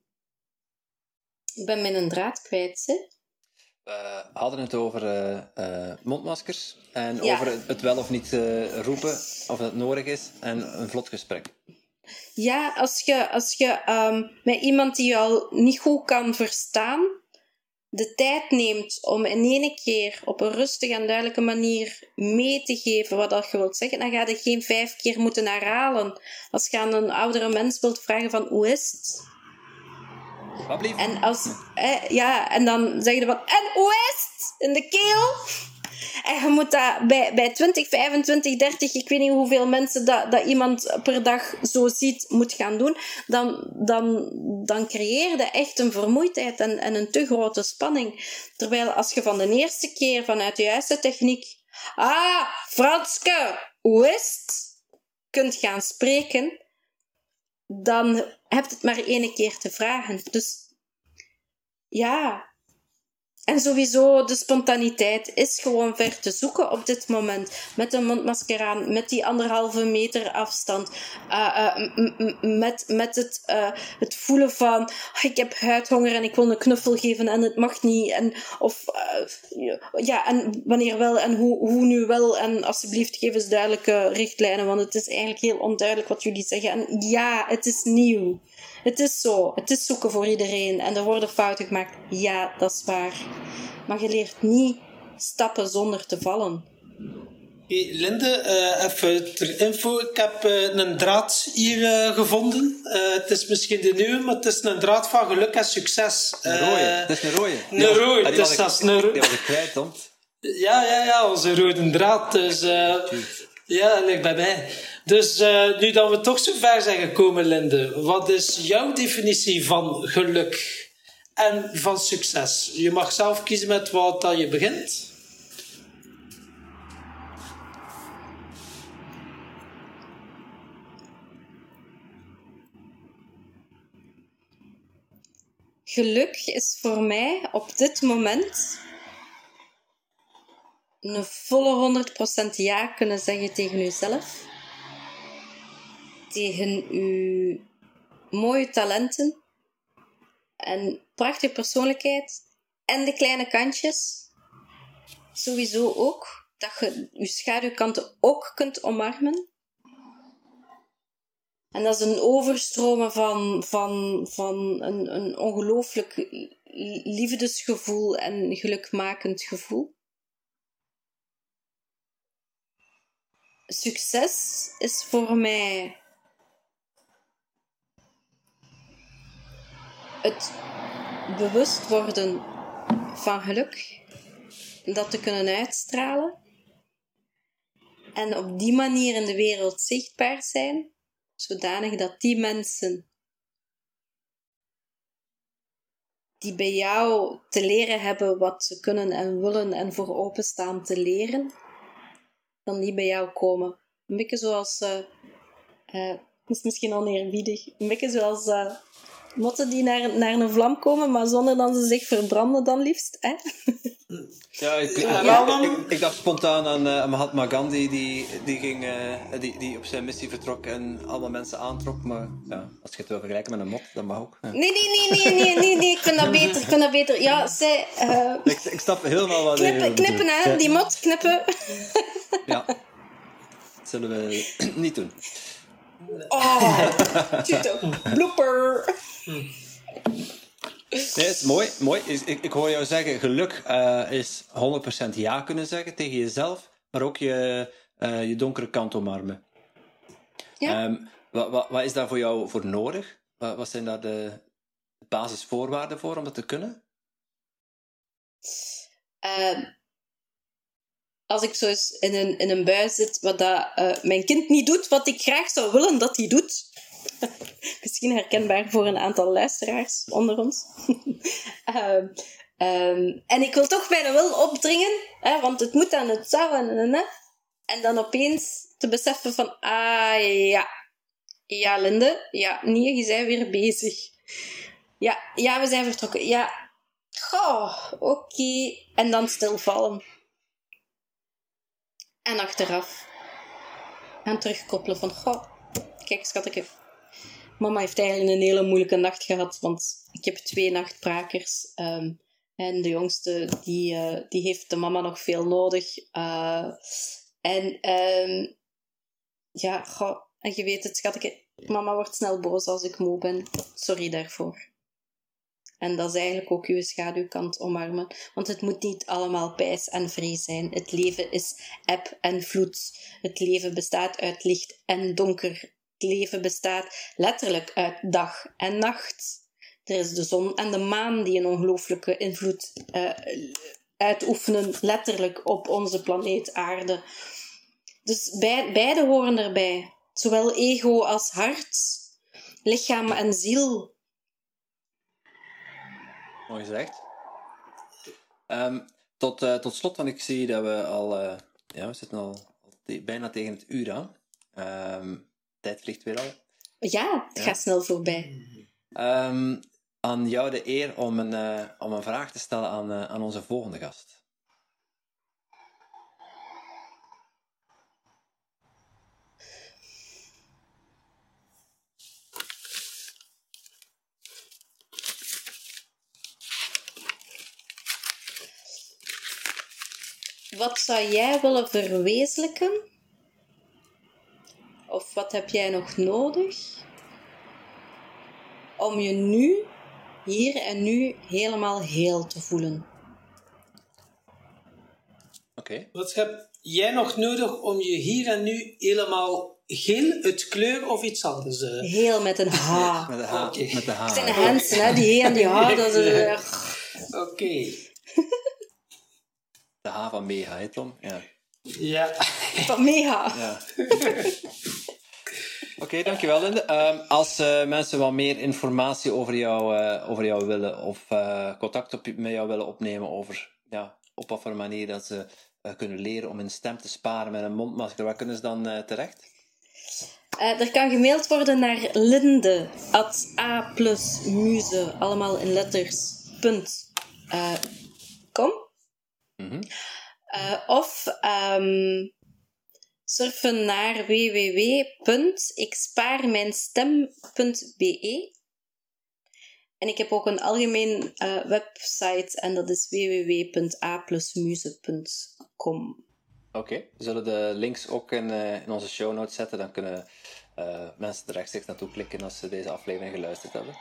ik ben mijn draad kwijt, hè? We hadden het over uh, uh, mondmaskers en Ja. over het wel of niet uh, roepen, of het nodig is, en een vlot gesprek. Ja, als je, als je um, met iemand die je al niet goed kan verstaan, de tijd neemt om in één keer op een rustige en duidelijke manier mee te geven wat dat je wilt zeggen, dan ga je geen vijf keer moeten herhalen. Als je aan een oudere mens wilt vragen van hoe is het? Wat blieft? En, als, eh, ja, en dan zeg je van, en hoe is het? In de keel? En je moet dat bij, bij twintig, vijfentwintig, dertig, ik weet niet hoeveel mensen dat, dat iemand per dag zo ziet, moet gaan doen. Dan, dan, dan creëer je echt een vermoeidheid en, en een te grote spanning. Terwijl als je van de eerste keer vanuit de juiste techniek, ah, Franske, hoe is het? Kunt gaan spreken, dan heb je het maar één keer te vragen. Dus ja. En sowieso, de spontaniteit is gewoon ver te zoeken op dit moment. Met een mondmasker aan, met die anderhalve meter afstand. Uh, uh, m- m- met met het, uh, het voelen van, oh, ik heb huidhonger en ik wil een knuffel geven en het mag niet. En, of, uh, ja, en wanneer wel en hoe, hoe nu wel. En alsjeblieft, geef eens duidelijke richtlijnen, want het is eigenlijk heel onduidelijk wat jullie zeggen. En ja, het is nieuw. Het is zo. Het is zoeken voor iedereen. En er worden fouten gemaakt. Ja, dat is waar. Maar je leert niet stappen zonder te vallen. Hey, Linde, uh, even ter info. Ik heb uh, een draad hier uh, gevonden. Uh, het is misschien de nieuwe, maar het is een draad van geluk en succes. Een rode. Uh, het is een rode. Een rode. Die was, was, ik, een... die was ik kwijt, Tom. Ja, ja, ja. Onze rode draad. Dus... Uh, Ja, dat ligt bij mij. Dus uh, nu dat we toch zo ver zijn gekomen, Linde, wat is jouw definitie van geluk en van succes? Je mag zelf kiezen met wat dat je begint. Geluk is voor mij op dit moment een volle honderd procent ja kunnen zeggen tegen jezelf. Tegen uw mooie talenten. En prachtige persoonlijkheid. En de kleine kantjes. Sowieso ook. Dat je je schaduwkanten ook kunt omarmen. En dat is een overstromen van, van, van een, een ongelooflijk liefdesgevoel en gelukmakend gevoel. Succes is voor mij het bewust worden van geluk, dat te kunnen uitstralen en op die manier in de wereld zichtbaar zijn, zodanig dat die mensen die bij jou te leren hebben wat ze kunnen en willen en voor openstaan te leren, dan die bij jou komen. Een beetje zoals... Uh, uh, dat is misschien oneerbiedig. Een beetje zoals uh, motten die naar, naar een vlam komen, maar zonder dat ze zich verbranden dan liefst. Hè? Ja, ik, ik, ja. Ik, ik, ik dacht spontaan aan uh, Mahatma Gandhi, die, die, ging, uh, die, die op zijn missie vertrok en allemaal mensen aantrok. Maar ja, als je het wil vergelijken met een mot, dat mag ook. Ja. Nee, nee, nee, nee, nee, nee, nee, ik vind dat beter. Ik vind dat beter. Ja, zij... Uh, ik, ik snap helemaal wat knippen, je knippen, hè. Ja. Die mot, knippen. Ja. Dat zullen we niet doen. Oh, blooper. Nee, het is mooi. mooi. Ik, ik hoor jou zeggen, geluk uh, is honderd procent ja kunnen zeggen tegen jezelf, maar ook je, uh, je donkere kant omarmen. Ja. Um, wat, wat, wat is daar voor jou voor nodig? Wat, wat zijn daar de basisvoorwaarden voor om dat te kunnen? Uh, als ik zo eens in een, in een bui zit, wat dat, uh, mijn kind niet doet, wat ik graag zou willen dat hij doet. Misschien herkenbaar voor een aantal luisteraars onder ons. um, um, en ik wil toch bijna wel opdringen, hè, want het moet aan het zou en, en, en, en dan opeens te beseffen van, ah ja, ja Linde, ja, nee, je bent weer bezig. Ja, ja, we zijn vertrokken. Ja, goh, oké. Okay. En dan stilvallen. En achteraf. En terugkoppelen van, goh, kijk schatje. Mama heeft eigenlijk een hele moeilijke nacht gehad, want ik heb twee nachtbrakers. Um, en de jongste, die, uh, die heeft de mama nog veel nodig. Uh, en um, ja, goh, en je weet het, schatje. Mama wordt snel boos als ik moe ben. Sorry daarvoor. En dat is eigenlijk ook uw schaduwkant omarmen. Want het moet niet allemaal pijs en vrees zijn. Het leven is eb en vloed. Het leven bestaat uit licht en donker. Het leven bestaat letterlijk uit dag en nacht. Er is de zon en de maan die een ongelooflijke invloed uh, uitoefenen, letterlijk op onze planeet aarde. Dus bij, beide horen erbij. Zowel ego als hart, lichaam en ziel. Mooi gezegd. Um, tot, uh, tot slot, want ik zie dat we al... Uh, ja, we zitten al, al te, bijna tegen het uur aan. Um, tijd vliegt weer al. Ja, het ja. gaat snel voorbij. Um, aan jou de eer om een, uh, om een vraag te stellen aan, uh, aan onze volgende gast. Wat zou jij willen verwezenlijken? Of wat heb jij nog nodig om je nu, hier en nu, helemaal heel te voelen? Oké. Okay. Wat heb jij nog nodig om je hier en nu helemaal geel, het kleur of iets anders? Uh... Heel met een H. Met de H. Okay. Met de H. Het zijn de Hansen, hè? Die H en die H. Dat is... Uh... Oké. Okay. De H van mega, hè Tom? Ja. Ja. Van mega. Ja. Oké, okay, dankjewel Linde. Um, als uh, mensen wat meer informatie over jou, uh, over jou willen of uh, contact op, met jou willen opnemen over ja, op wat voor manier dat ze uh, kunnen leren om hun stem te sparen met een mondmasker, waar kunnen ze dan uh, terecht? Uh, er kan gemaild worden naar linde at a plus muze, allemaal in letters, punt, uh, com. Mm-hmm. Uh, of um, surfen naar w w w punt ik spaar mijn stem punt b e. En ik heb ook een algemeen uh, website en dat is w w w punt a plus muze punt com. Oké, okay. We zullen de links ook in, uh, in onze show notes zetten. Dan kunnen uh, mensen er rechtstreeks naartoe klikken als ze deze aflevering geluisterd hebben.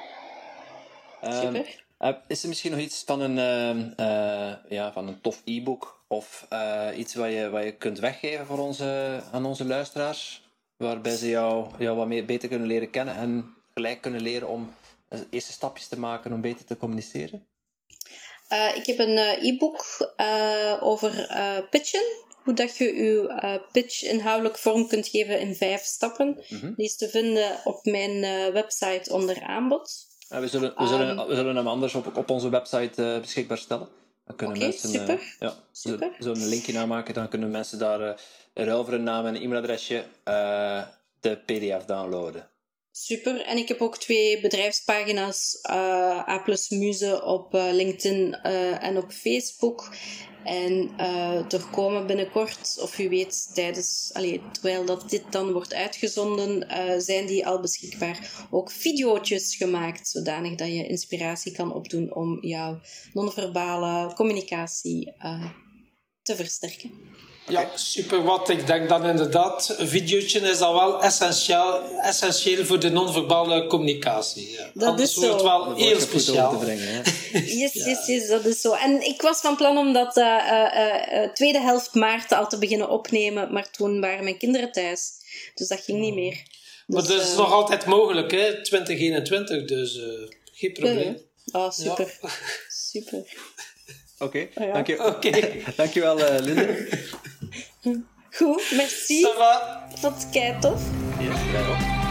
Um, Super. Uh, is er misschien nog iets van een, uh, uh, ja, van een tof e-book of uh, iets wat je, wat je kunt weggeven voor onze, aan onze luisteraars, waarbij ze jou, jou wat meer, beter kunnen leren kennen en gelijk kunnen leren om uh, eerste stapjes te maken om beter te communiceren? Uh, ik heb een uh, e-book uh, over uh, pitchen. Hoe dat je je uh, pitch inhoudelijk vorm kunt geven in vijf stappen. Mm-hmm. Die is te vinden op mijn uh, website onder aanbod. Uh, we, zullen, we, zullen, um, we zullen hem anders op, op onze website uh, beschikbaar stellen. Dan kunnen okay, mensen... super. Uh, ja, super. We zullen een linkje namaken, dan kunnen mensen daar uh, ruil voor een naam en een e-mailadresje uh, de P D F downloaden. Super. En ik heb ook twee bedrijfspagina's, uh, A plus Muze op uh, LinkedIn uh, en op Facebook. En uh, er komen binnenkort, of u weet, tijdens, allee, terwijl dat dit dan wordt uitgezonden, uh, zijn die al beschikbaar. Ook videootjes gemaakt, zodanig dat je inspiratie kan opdoen om jouw non-verbale communicatie uh, te versterken. Ja, okay. Super. Wat ik denk dan inderdaad, een videootje is dan wel essentieel, essentieel voor de non-verbale communicatie. Ja. Dat Anders is wordt het zo. wel heel speciaal. Te brengen, hè? yes, yes, yes, dat is zo. En ik was van plan om dat uh, uh, uh, tweede helft maart al te beginnen opnemen, maar toen waren mijn kinderen thuis. Dus dat ging niet meer. Dus, maar dat is uh, nog altijd mogelijk, hè? twintig eenentwintig, dus uh, geen probleem. Ja, ja. Oh, super. Ja. Super. Oké, Oké, Ja. dank je. Oké. Dankjewel, uh, Linde. Goed, merci. Ça va. Tot kei tof. Yes, blijf op.